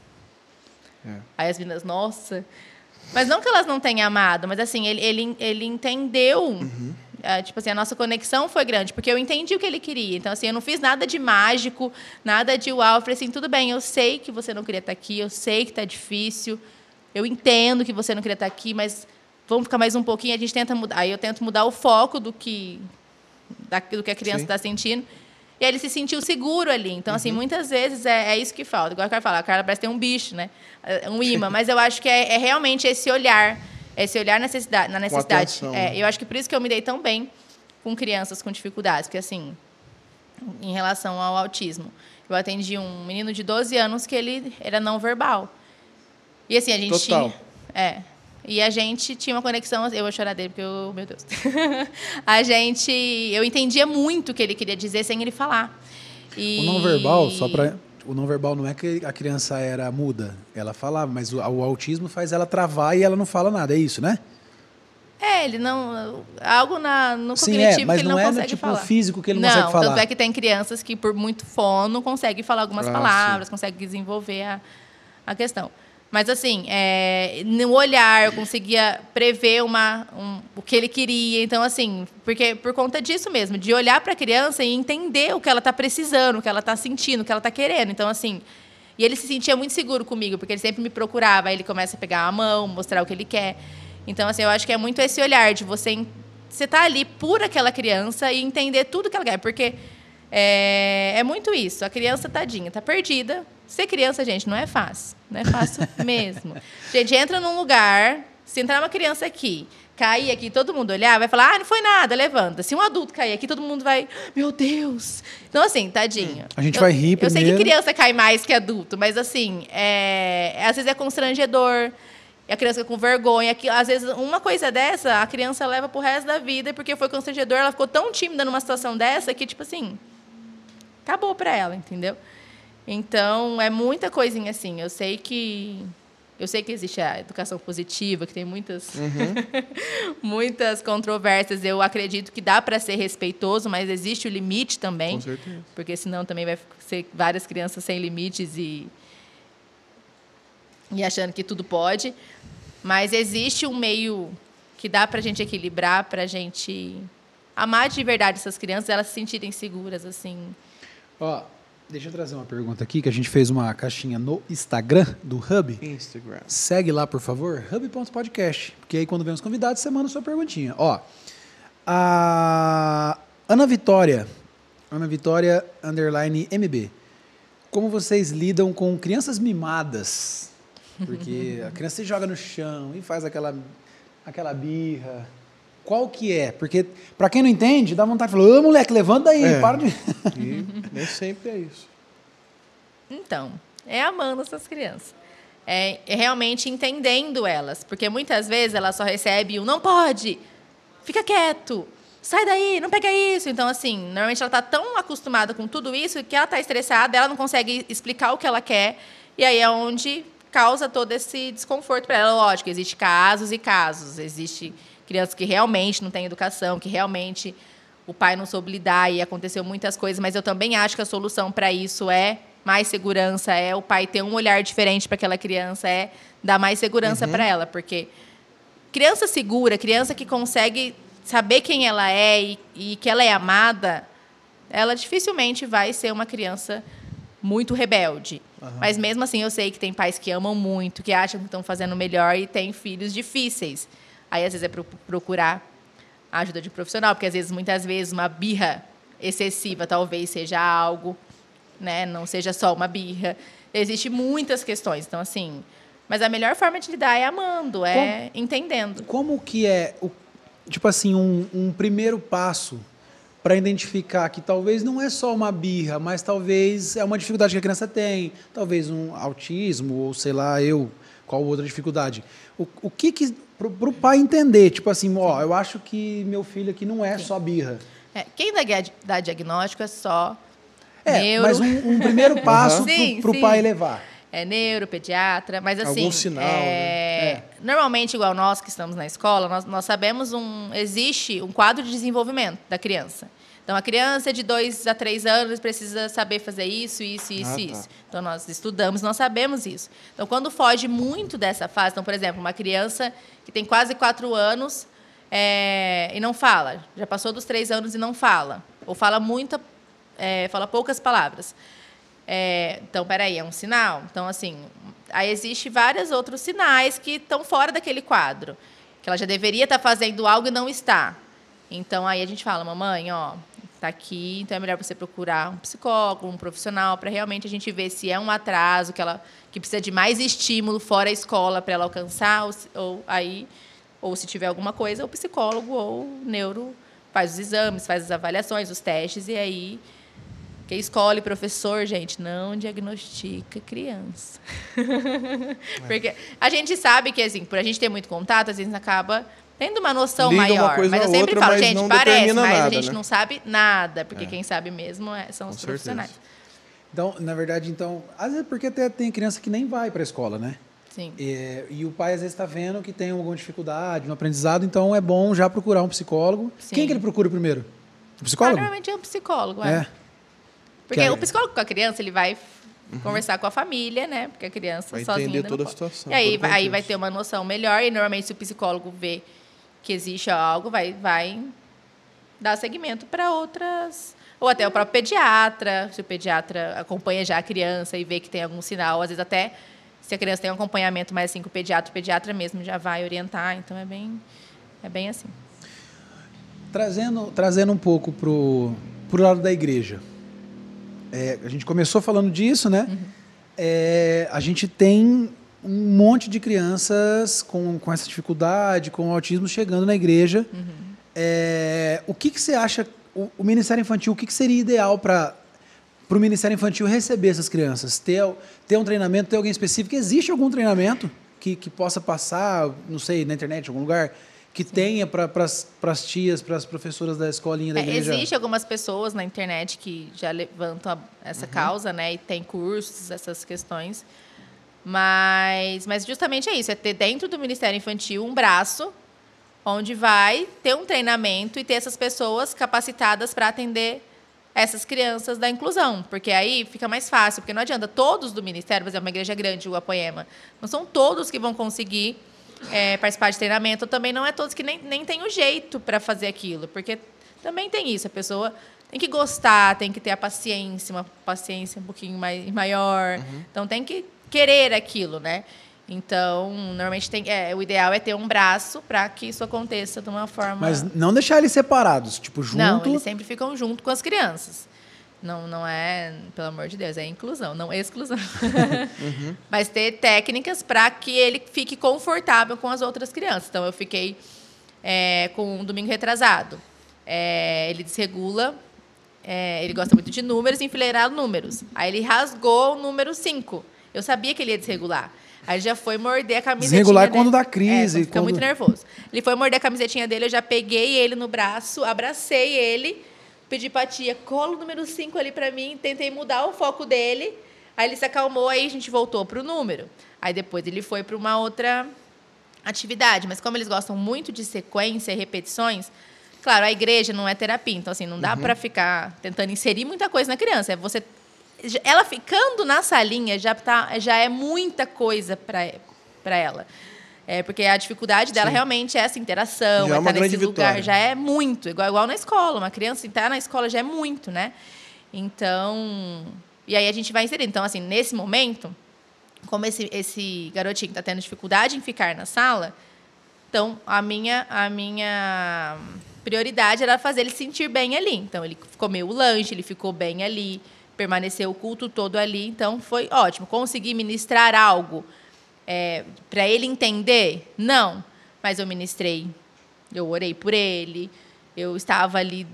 É. Aí as meninas, nossa... Mas não que elas não tenham amado, mas assim, ele, ele, ele entendeu, uhum. é, tipo assim, a nossa conexão foi grande, porque eu entendi o que ele queria. Então, assim, eu não fiz nada de mágico, nada de uau. Eu falei assim, tudo bem, eu sei que você não queria estar aqui, eu sei que está difícil, eu entendo que você não queria estar aqui, mas vamos ficar mais um pouquinho, a gente tenta mudar. Aí eu tento mudar o foco do que, daquilo que a criança está sentindo. E aí ele se sentiu seguro ali. Então, uhum. assim, muitas vezes é, é isso que falta. Igual eu quero falar, a Carla parece ter um bicho, né? Um imã. Mas eu acho que é, é realmente esse olhar, esse olhar necessidade, na necessidade. Com atenção, é, né? eu acho que por isso que eu me dei tão bem com crianças com dificuldades. Porque, assim, em relação ao autismo. Eu atendi um menino de doze anos que ele era não verbal. E assim, a gente Total. tinha... É. E a gente tinha uma conexão... Eu vou chorar dele, porque eu... Meu Deus. A gente... Eu entendia muito o que ele queria dizer sem ele falar. E... O não verbal, só para... O não verbal não é que a criança era muda. Ela falava, mas o, o autismo faz ela travar e ela não fala nada. É isso, né? É, ele não... Algo na, no Sim, cognitivo é, mas que ele não, não é consegue no tipo falar. físico que ele não, não consegue falar. Tanto é que tem crianças que, por muito fono, conseguem falar algumas Ah, palavras, conseguem desenvolver a, a questão. Mas, assim, é, no olhar, eu conseguia prever uma, um, o que ele queria. Então, assim, porque por conta disso mesmo, de olhar para a criança e entender o que ela está precisando, o que ela está sentindo, o que ela está querendo. Então, assim... E ele se sentia muito seguro comigo, porque ele sempre me procurava. Aí ele começa a pegar a mão, mostrar o que ele quer. Então, assim, eu acho que é muito esse olhar de você... Você tá ali por aquela criança e entender tudo que ela quer. Porque é, é muito isso. A criança, tadinha, tá perdida. Ser criança, gente, não é fácil. Não é fácil mesmo. Gente, entra num lugar... Se entrar uma criança aqui, cair aqui, todo mundo olhar, vai falar, ah, não foi nada, levanta. Se um adulto cair aqui, todo mundo vai, meu Deus. Então, assim, tadinho. A gente eu, vai rir Eu primeiro. sei que criança cai mais que adulto, mas, assim, é, às vezes é constrangedor. E a criança fica com vergonha. Que, às vezes, uma coisa dessa, a criança leva pro resto da vida, porque foi constrangedor, ela ficou tão tímida numa situação dessa que, tipo assim, acabou pra ela, entendeu? Então, é muita coisinha assim. Eu sei que... Eu sei que existe a educação positiva, que tem muitas, uhum. muitas controvérsias. Eu acredito que dá para ser respeitoso, mas existe o limite também. Com certeza. Porque senão também vai ser várias crianças sem limites e, e achando que tudo pode. Mas existe um meio que dá para a gente equilibrar, para a gente amar de verdade essas crianças, elas se sentirem seguras, assim. Ó, deixa eu trazer uma pergunta aqui, que a gente fez uma caixinha no Instagram do Hub. Instagram. Segue lá, por favor, hub ponto podcast. Porque aí, quando vem os convidados, você manda a sua perguntinha. Ó, a Ana Vitória, Ana Vitória, underline M B. Como vocês lidam com crianças mimadas? Porque a criança se joga no chão e faz aquela, aquela birra. Qual que é? Porque, para quem não entende, dá vontade de falar, ô, moleque, levanta aí, É. para de... E nem sempre é isso. Então, é amando essas crianças. É, é realmente entendendo elas. Porque muitas vezes ela só recebe o não pode, fica quieto, sai daí, não pega isso. Então, assim, normalmente ela está tão acostumada com tudo isso que ela está estressada, ela não consegue explicar o que ela quer. E aí é onde causa todo esse desconforto para ela. Lógico, existem casos e casos. Existe crianças que realmente não têm educação, que realmente o pai não soube lidar e aconteceu muitas coisas. Mas eu também acho que a solução para isso é mais segurança, é o pai ter um olhar diferente para aquela criança, é dar mais segurança uhum. para ela. Porque criança segura, criança que consegue saber quem ela é e, e que ela é amada, ela dificilmente vai ser uma criança muito rebelde. Uhum. Mas, mesmo assim, eu sei que tem pais que amam muito, que acham que estão fazendo o melhor e têm filhos difíceis. Aí, às vezes, é procurar a ajuda de profissional, porque, às vezes, muitas vezes, uma birra excessiva talvez seja algo, né? Não seja só uma birra. Existem muitas questões. Então, assim... Mas a melhor forma de lidar é amando, é como, entendendo. Como que é, o, tipo assim, um, um primeiro passo para identificar que talvez não é só uma birra, mas talvez é uma dificuldade que a criança tem, talvez um autismo, ou sei lá, eu, qual outra dificuldade. O, o que que, para o pai entender, tipo assim, ó, eu acho que meu filho aqui não é Sim. só birra. É, quem dá, dá diagnóstico é só É, neuro... mas um, um primeiro passo uhum. para o pai levar. É neuro, pediatra, mas assim... Algum sinal, é, né? é. Normalmente, igual nós que estamos na escola, nós, nós sabemos um... Existe um quadro de desenvolvimento da criança. Então, a criança de dois a três anos precisa saber fazer isso, isso, isso, ah, isso. Tá. Então, nós estudamos, nós sabemos isso. Então, quando foge muito dessa fase... Então, por exemplo, uma criança que tem quase quatro anos é, e não fala. Já passou dos três anos e não fala. Ou fala muita... É, fala poucas palavras. É, então, peraí, é um sinal? Então, assim, aí existe vários outros sinais que estão fora daquele quadro, que ela já deveria estar fazendo algo e não está. Então, aí a gente fala, mamãe, ó, tá aqui, então é melhor você procurar um psicólogo, um profissional, para realmente a gente ver se é um atraso, que ela que precisa de mais estímulo fora a escola para ela alcançar, ou, ou, aí, ou se tiver alguma coisa, o psicólogo ou o neuro faz os exames, faz as avaliações, os testes, e aí... Porque escola e professor, gente, não diagnostica criança. Porque a gente sabe que, assim, por a gente ter muito contato, às vezes acaba tendo uma noção Liga maior. uma coisa Mas eu a sempre outra, falo, mas gente, não parece, determina mas nada, a gente né? não sabe nada. Porque É. quem sabe mesmo é- são os Com profissionais. certeza. Então, na verdade, então, às vezes porque até tem criança que nem vai para a escola, né? Sim. E, e o pai às vezes está vendo que tem alguma dificuldade no aprendizado, então é bom já procurar um psicólogo. Sim. Quem que ele procura primeiro? O Ah, psicólogo? normalmente é um psicólogo, é. É. Porque Que é- o psicólogo com a criança, ele vai conversar com a família, né? Porque a criança Vai sozinha entender ainda toda não a pode. situação, E aí, todo o vai- aí vai contexto. ter uma noção melhor. E normalmente, se o psicólogo vê que existe algo, vai, vai dar seguimento para outras. Ou até o próprio pediatra. Se o pediatra acompanha já a criança e vê que tem algum sinal, às vezes até se a criança tem um acompanhamento mais assim com o pediatra, o pediatra mesmo já vai orientar. Então é bem, é bem assim. Trazendo, trazendo um pouco pro, pro lado da igreja. É, a gente começou falando disso, né? Uhum. É, a gente tem um monte de crianças com, com essa dificuldade, com autismo, chegando na igreja. Uhum. É, o que, que você acha, o, o Ministério Infantil, o que, que seria ideal para o Ministério Infantil receber essas crianças? Ter, ter um treinamento, ter alguém específico? Existe algum treinamento que, que possa passar, não sei, na internet, em algum lugar, que Sim. tenha para as tias, para as professoras da escolinha da É, igreja? existe algumas pessoas na internet que já levantam a, essa uhum. causa, né? E tem cursos, essas questões. Mas, mas justamente é isso, é ter dentro do Ministério Infantil um braço onde vai ter um treinamento e ter essas pessoas capacitadas para atender essas crianças da inclusão. Porque aí fica mais fácil, porque não adianta todos do Ministério, por exemplo, uma igreja grande, o Apoema, não são todos que vão conseguir É, participar de treinamento, também não é todos que nem, nem tem o jeito para fazer aquilo, porque também tem isso, a pessoa tem que gostar, tem que ter a paciência, uma paciência um pouquinho mais, maior, uhum. então tem que querer aquilo, né? Então, normalmente tem, é, o ideal é ter um braço para que isso aconteça de uma forma... Mas não deixar eles separados, tipo, junto... Não, eles sempre ficam junto com as crianças. Não, não é, pelo amor de Deus, é inclusão, não exclusão. Uhum. Mas ter técnicas para que ele fique confortável com as outras crianças. Então, eu fiquei é, com um domingo retrasado. É, ele desregula, é, ele gosta muito de números, enfileirar números. Aí ele rasgou o número cinco. Eu sabia que ele ia desregular. Aí ele já foi morder a camisetinha Desregular é dele. quando dá crise. É, quando fica quando... muito nervoso. Ele foi morder a camisetinha dele, eu já peguei ele no braço, abracei ele... Pedi pra tia, cola o número cinco ali pra mim, tentei mudar o foco dele, aí ele se acalmou, aí a gente voltou pro número. Aí depois ele foi para uma outra atividade, mas como eles gostam muito de sequência e repetições, claro, a igreja não é terapia, então assim, não dá uhum. para ficar tentando inserir muita coisa na criança, é você ela ficando na salinha já tá, já é muita coisa para para ela. É, porque a dificuldade dela Sim. realmente é essa interação, já é é uma estar nesse grande lugar, vitória. já é muito, igual, igual na escola. Uma criança entrar na escola já é muito, né? Então, e aí a gente vai inserindo. Então, assim, nesse momento, como esse, esse garotinho está tendo dificuldade em ficar na sala, então a minha, a minha prioridade era fazer ele se sentir bem ali. Então, ele comeu o lanche, ele ficou bem ali, permaneceu o culto todo ali. Então, foi ótimo. Consegui ministrar algo É, para ele entender? Não. Mas eu ministrei, eu orei por ele, eu estava ali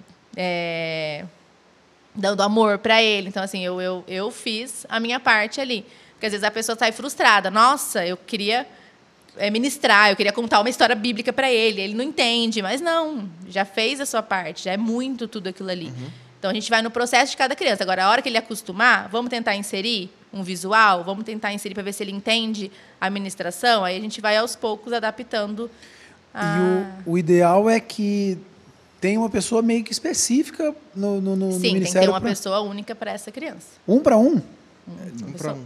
é, dando amor para ele. Então, assim, eu, eu, eu fiz a minha parte ali. Porque, às vezes, a pessoa sai frustrada. Nossa, eu queria é, ministrar, eu queria contar uma história bíblica para ele. Ele não entende, mas não. Já fez a sua parte, já é muito tudo aquilo ali. Uhum. Então, a gente vai no processo de cada criança. Agora, a hora que ele acostumar, vamos tentar inserir um visual, vamos tentar inserir para ver se ele entende a ministração, aí a gente vai aos poucos adaptando. A... E o, o ideal é que tenha uma pessoa meio que específica no, no, no Sim, Ministério. Sim, tem que ter uma pra... pessoa única para essa criança. Um para um? Um, um para um.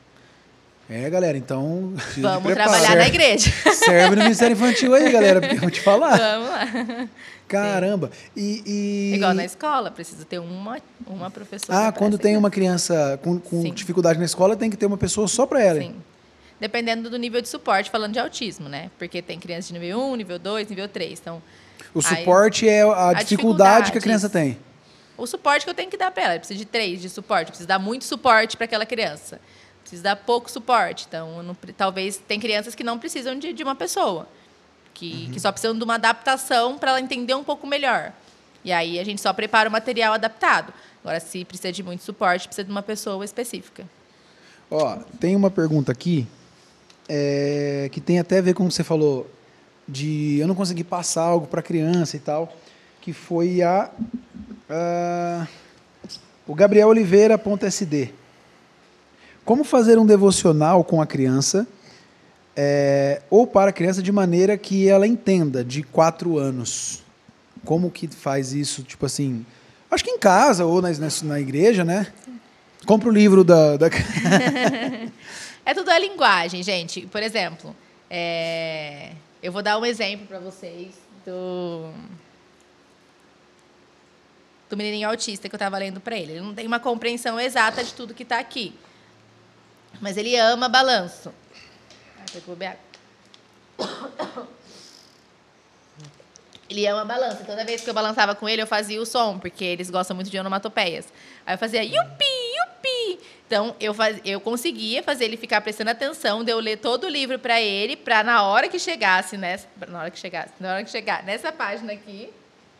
É, galera, então... Vamos trabalhar na igreja. Serve no Ministério Infantil aí, galera, porque eu vou te falar. Vamos lá. Caramba. E, e... Igual na escola, precisa ter uma, uma professora. Ah, quando tem criança. Uma criança com, com dificuldade na escola, tem que ter uma pessoa só para ela. Sim. Dependendo do nível de suporte, falando de autismo, né? Porque tem criança de nível um, nível dois, nível três. Então, o suporte aí, é a, a dificuldade, dificuldade que a criança isso. tem. O suporte que eu tenho que dar para ela. Eu preciso de três de suporte. Eu preciso dar muito suporte para aquela criança. Preciso dar pouco suporte. Então, não, talvez tem crianças que não precisam de, de uma pessoa. Que, uhum. que só precisam de uma adaptação para ela entender um pouco melhor. E aí a gente só prepara o material adaptado. Agora, se precisa de muito suporte, precisa de uma pessoa específica. Ó, tem uma pergunta aqui é, que tem até a ver com o que você falou de eu não conseguir passar algo para criança e tal, que foi a, a o Gabriel Oliveira.sd. Como fazer um devocional com a criança é, ou para a criança de maneira que ela entenda, de quatro anos? Como que faz isso? Tipo assim, acho que em casa ou na, na, na igreja, né? Compra o livro da... da... É tudo a linguagem, gente. Por exemplo, é... eu vou dar um exemplo para vocês do... do menininho autista que eu estava lendo para ele. Ele não tem uma compreensão exata de tudo que está aqui. Mas ele ama balanço. Ai, foi que eu beber água. Ele ama balanço. Toda vez que eu balançava com ele, eu fazia o som, porque eles gostam muito de onomatopeias. Aí eu fazia yupi, yupi. Então, eu, faz... eu conseguia fazer ele ficar prestando atenção, de eu ler todo o livro para ele, para na hora que chegasse, nessa... na hora que chegasse, na hora que chegar nessa página aqui,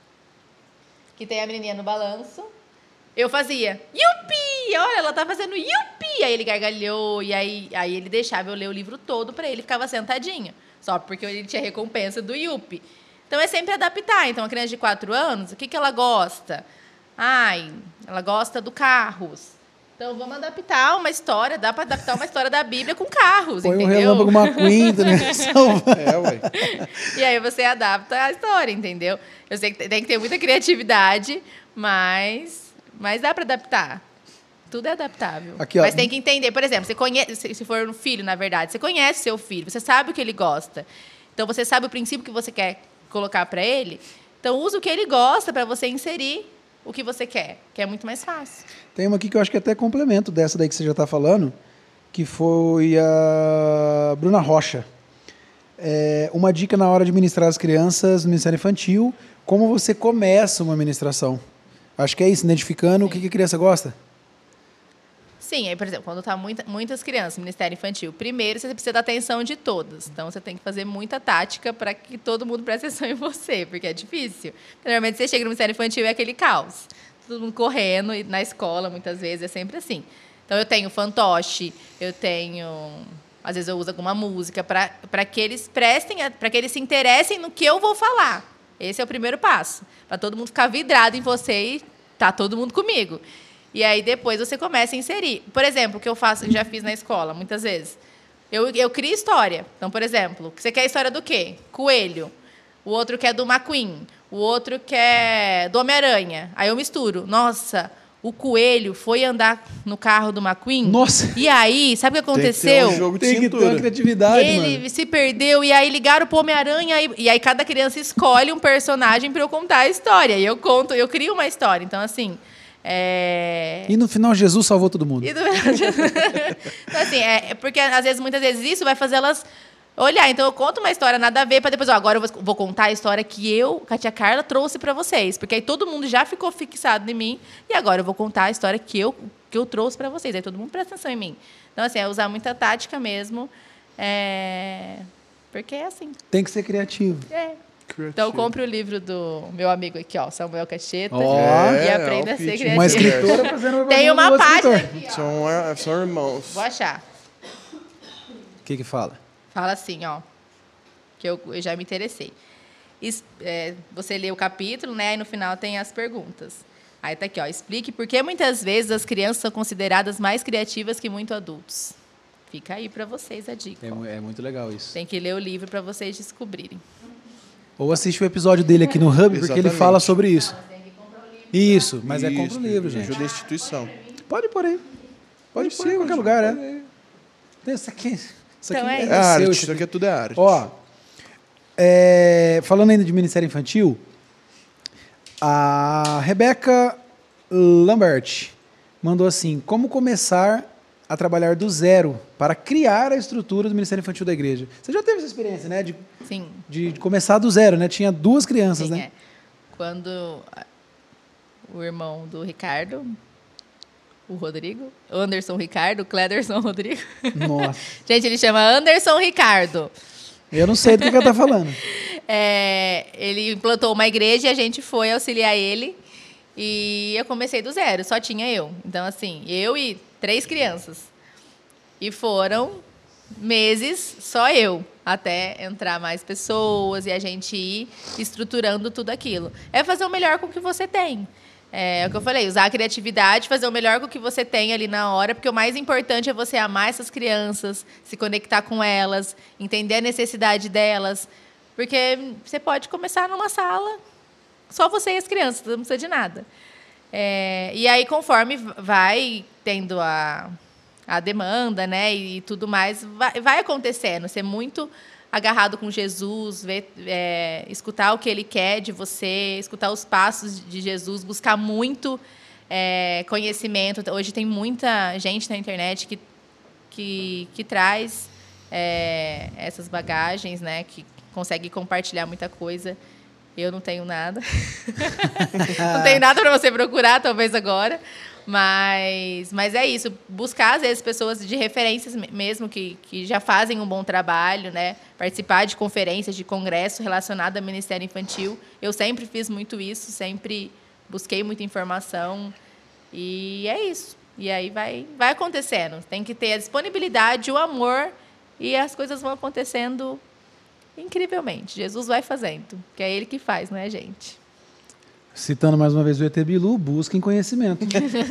que tem a menininha no balanço, eu fazia yupi, olha, ela tá fazendo yupi. Aí ele gargalhou, e aí, aí ele deixava eu ler o livro todo para ele, ficava sentadinho. Só porque ele tinha recompensa do yupi. Então, é sempre adaptar. Então, a criança de quatro anos, o que, que ela gosta? Ai, ela gosta do carros. Então, vamos adaptar uma história, dá para adaptar uma história da Bíblia com carros, Põe entendeu? um Relâmpago McQueen, né? É, ué. E aí você adapta a história, entendeu? Eu sei que tem que ter muita criatividade, mas, mas dá para adaptar. Tudo é adaptável. Aqui, ó. Mas tem que entender. Por exemplo, você conhece, se for um filho, na verdade, você conhece seu filho, você sabe o que ele gosta. Então, você sabe o princípio que você quer colocar para ele. Então, usa o que ele gosta para você inserir o que você quer, que é muito mais fácil. Tem uma aqui que eu acho que é até complemento dessa daí que você já está falando, que foi a Bruna Rocha. É, uma dica na hora de ministrar as crianças no Ministério Infantil, como você começa uma ministração. Acho que é isso, identificando Sim. o que a criança gosta. Sim, aí, por exemplo, quando está muita, muitas crianças no Ministério Infantil, primeiro você precisa da atenção de todas. Então, você tem que fazer muita tática para que todo mundo preste atenção em você, porque é difícil. Normalmente, você chega no Ministério Infantil e é aquele caos. Todo mundo correndo, e na escola, muitas vezes, é sempre assim. Então, eu tenho fantoche, eu tenho... Às vezes, eu uso alguma música para que eles prestem, para que eles se interessem no que eu vou falar. Esse é o primeiro passo. Para todo mundo ficar vidrado em você e tá todo mundo comigo. E aí, depois, você começa a inserir. Por exemplo, o que eu faço, eu já fiz na escola, muitas vezes. Eu, eu crio história. Então, por exemplo, você quer a história do quê? Coelho. O outro quer do McQueen. O outro quer do Homem-Aranha. Aí eu misturo. Nossa, o coelho foi andar no carro do McQueen. Nossa! E aí, sabe o que aconteceu? Tem que ter um jogo de Tem que ter cintura. uma criatividade, Ele mano. se perdeu e aí ligaram pro Homem-Aranha e, e aí cada criança escolhe um personagem para eu contar a história. E eu conto, eu crio uma história. Então, assim... É... E no final, Jesus salvou todo mundo. E do... Então, assim, é porque às vezes, muitas vezes, isso vai fazer elas olhar. Então, eu conto uma história nada a ver, para depois, ó, agora eu vou, vou contar a história que eu, que a tia Carla, trouxe para vocês. Porque aí todo mundo já ficou fixado em mim, e agora eu vou contar a história que eu, que eu trouxe para vocês. Aí todo mundo presta atenção em mim. Então, assim, é usar muita tática mesmo. É... Porque é assim. Tem que ser criativo. É. Então, compre o livro do meu amigo aqui, ó, Samuel Cacheta, Ó. e É, aprenda é a o ser pitch. criativo. Uma escritora fazendo Tem uma outro página escritor. aqui, ó. São, são irmãos. Vou achar. O que que fala? Fala assim, ó, que eu, eu já me interessei. Es, é, você lê o capítulo, né, e no final tem as perguntas. Aí tá aqui, ó, explique por que muitas vezes as crianças são consideradas mais criativas que muitos adultos. Fica aí para vocês a dica. É, ó. mu- é muito legal isso. Tem que ler o livro para vocês descobrirem. Ou assiste o episódio dele aqui no Hub, porque ele Exatamente. fala sobre isso. Isso, mas é compra o Isso, livro, gente. Ajuda a instituição. Pode pôr aí. Pode pôr em ser, qualquer gente, lugar, pode né? ir. Isso aqui, isso Então aqui é É isso. arte, seu, isso aqui é tudo é arte. Ó, é, falando ainda de Ministério Infantil, a Rebeca Lambert mandou assim: como começar a trabalhar do zero para criar a estrutura do Ministério Infantil da igreja? Você já teve essa experiência, né? De, Sim. de começar do zero, né? Tinha duas crianças, Sim, né? é. Quando a- o irmão do Ricardo, o Rodrigo, o Anderson Ricardo, o Clederson Rodrigo. Nossa. Gente, ele chama Anderson Ricardo. Eu não sei do que que ela tá falando. É, ele implantou uma igreja e a gente foi auxiliar ele. E eu comecei do zero, só tinha eu. Então, assim, eu e três crianças. E foram meses só eu, até entrar mais pessoas e a gente ir estruturando tudo aquilo. É fazer o melhor com o que você tem. É, é o que eu falei, usar a criatividade, fazer o melhor com o que você tem ali na hora, porque o mais importante é você amar essas crianças, se conectar com elas, entender a necessidade delas. Porque você pode começar numa sala, só você e as crianças, não precisa de nada. É, e aí, conforme vai tendo a... a demanda, né, e tudo mais, vai, vai acontecendo. Ser muito agarrado com Jesus, ver, é, escutar o que Ele quer de você, escutar os passos de Jesus, buscar muito é, conhecimento. Hoje tem muita gente na internet que, que, que traz é, essas bagagens, né, que consegue compartilhar muita coisa. Eu não tenho nada. Não tenho nada para você procurar, talvez agora. Mas, mas é isso, buscar, às vezes, pessoas de referências mesmo que, que já fazem um bom trabalho, né? Participar de conferências, de congresso relacionado ao Ministério Infantil. Eu sempre fiz muito isso, sempre busquei muita informação. E é isso. E aí vai, vai acontecendo. Tem que ter a disponibilidade, o amor, e as coisas vão acontecendo incrivelmente. Jesus vai fazendo, que é Ele que faz, não é a gente. Citando mais uma vez o E T Bilu, busquem conhecimento.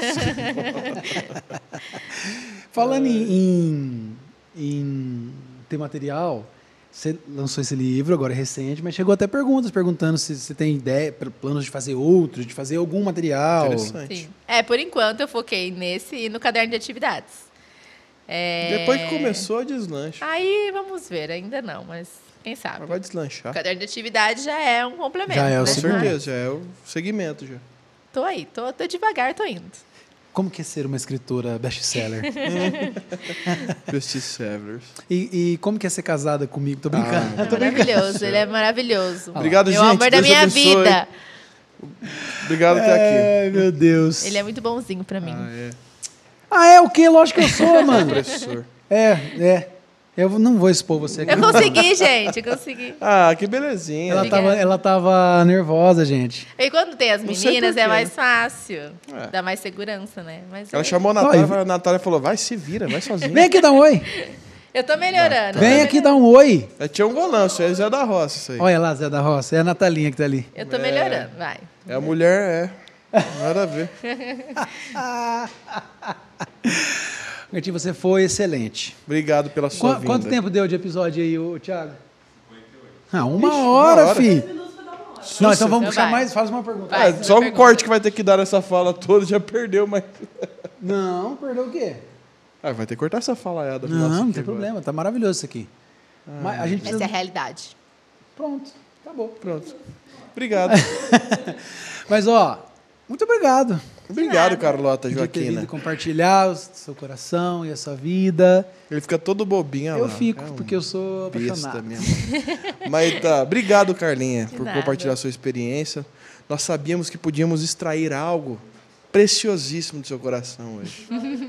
Falando em, em, em ter material, você lançou esse livro, agora é recente, mas chegou até perguntas, perguntando se você tem ideia, planos de fazer outro, de fazer algum material. Interessante. Sim. É, por enquanto eu foquei nesse e no caderno de atividades. É... Depois que começou, deslancha. Aí vamos ver, ainda não, mas quem sabe. Mas vai deslanchar. O caderno de atividade já é um complemento. Já é o né? Com segundo. certeza, já é o segmento já. Tô aí, tô, tô devagar, tô indo. Como que é ser uma escritora best-seller? Best-sellers. E, e como que é ser casada comigo? Tô brincando. Ah, Maravilhoso, ele é maravilhoso. Obrigado, Meu gente. amor da Deus minha abençoe. vida. Obrigado por estar aqui. Ai, meu Deus. Ele é muito bonzinho pra mim. Ah, é. Ah, é o quê? Lógico que eu sou, mano. Professor. É, é. Eu não vou expor você aqui. Eu consegui, gente, eu consegui. Ah, que belezinha. Ela Obrigada. tava, ela tava nervosa, gente. E quando tem as Não sei meninas por quê, é mais né? fácil. É. Dá mais segurança, né? Mas Ela eu, chamou a Oi. Natália, a Natália falou, vai, se vira, vai sozinha. Vem aqui dar um oi. eu tô melhorando. Vem eu tô aqui dar um oi. É Tião Golanço, é Zé da Roça isso aí. Olha lá, Zé da Roça. É a Natalinha que tá ali. Eu tô melhorando, vai. É a mulher, é. Nada a ver. Gatinho, você foi excelente. Obrigado pela sua Qu- vinda. quanto tempo deu de episódio aí, ô, Thiago? Ah, uma Ixi, hora, uma hora. fi. Não, então vamos Então puxar vai. mais. Faz uma pergunta. Vai. É, só o corte que vai ter que dar nessa fala toda já perdeu, mas... Não, perdeu o quê? Ah, vai ter que cortar essa falaiada. Não, não tem problema. Tá maravilhoso isso aqui. Mas a gente Essa é a precisa... realidade. Pronto, acabou. Pronto. Obrigado. Mas, ó, muito obrigado Obrigado, nada. Carlota de ter Joaquina. vindo compartilhar o seu coração e a sua vida. Ele fica todo bobinho olha Eu lá. fico, É um porque eu sou besta apaixonado. mesmo. Mas tá, obrigado, Carlinha, por nada. compartilhar a sua experiência. Nós sabíamos que podíamos extrair algo preciosíssimo do seu coração hoje.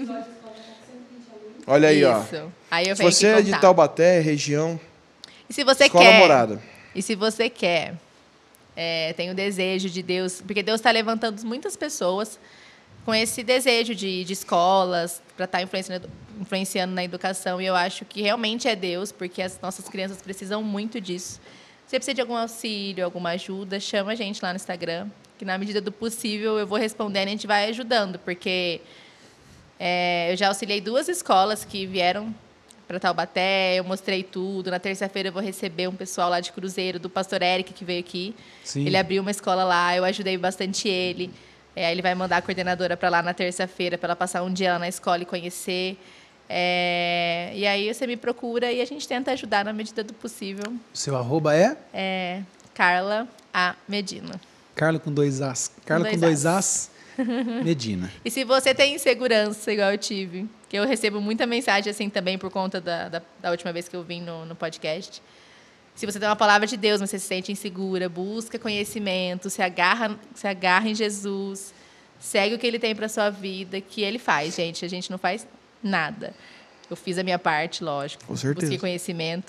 Olha aí, ó. Isso. Aí eu Se venho você aqui é de contar. Taubaté, região, E se você Escola quer... Morada. E se você quer, é, tem o desejo de Deus... Porque Deus está levantando muitas pessoas com esse desejo de, de escolas, para estar influenciando, influenciando na educação. E eu acho que realmente é Deus, porque as nossas crianças precisam muito disso. Se você precisa de algum auxílio, alguma ajuda, chama a gente lá no Instagram, que na medida do possível eu vou respondendo e a gente vai ajudando, porque é, eu já auxiliei duas escolas que vieram para Taubaté, eu mostrei tudo. Na terça-feira eu vou receber um pessoal lá de Cruzeiro, do pastor Eric, que veio aqui. Sim. Ele abriu uma escola lá, eu ajudei bastante ele. É, aí ele vai mandar a coordenadora para lá na terça-feira, para ela passar um dia lá na escola e conhecer. É, e aí você me procura e a gente tenta ajudar na medida do possível. Seu arroba é? É Carla A. Medina. Carla com dois As. Carla dois com dois As. Medina. E se você tem insegurança, igual eu tive, que eu recebo muita mensagem assim também por conta da, da, da última vez que eu vim no, no podcast. Se você tem uma palavra de Deus, mas você se sente insegura, busca conhecimento, se agarra, se agarra em Jesus, segue o que Ele tem para sua vida, que Ele faz, gente. A gente não faz nada. Eu fiz a minha parte, lógico. Com certeza. Busquei conhecimento.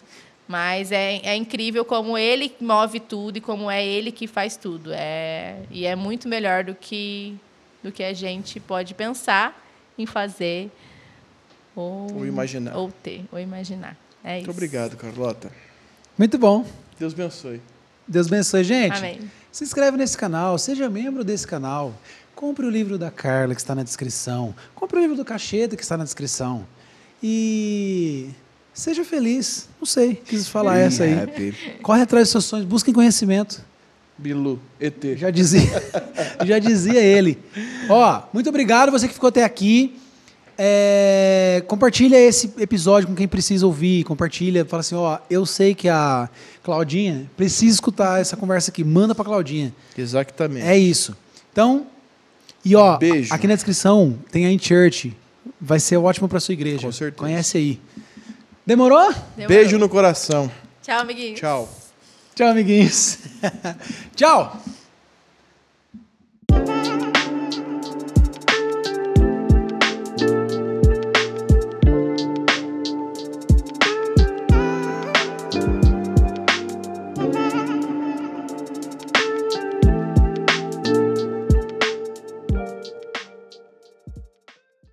Mas é, é incrível como ele move tudo e como é ele que faz tudo. É, e é muito melhor do que, do que a gente pode pensar em fazer ou, Ou imaginar. Ou ter, ou imaginar. É Muito isso. obrigado, Carlota. Muito bom. Deus abençoe. Deus abençoe, gente. Amém. Se inscreve nesse canal, seja membro desse canal. Compre o livro da Carla, que está na descrição. Compre o livro do Cacheta, que está na descrição. E seja feliz. Não sei, quis falar Be essa aí. happy. Corre atrás dos seus sonhos, busquem conhecimento. Bilu, E T. Já dizia, já dizia ele. Ó, muito obrigado você que ficou até aqui. É, compartilha esse episódio com quem precisa ouvir. Compartilha, fala assim, ó, eu sei que a Claudinha precisa escutar essa conversa aqui. Manda pra Claudinha. Exatamente. É isso. Então, e ó, Beijo. aqui na descrição tem a InChurch. Vai ser ótimo pra sua igreja. Com certeza. Conhece aí. Demorou? Demorou. Beijo no coração. Tchau, amiguinhos. Tchau. Tchau, amiguinhos. Tchau.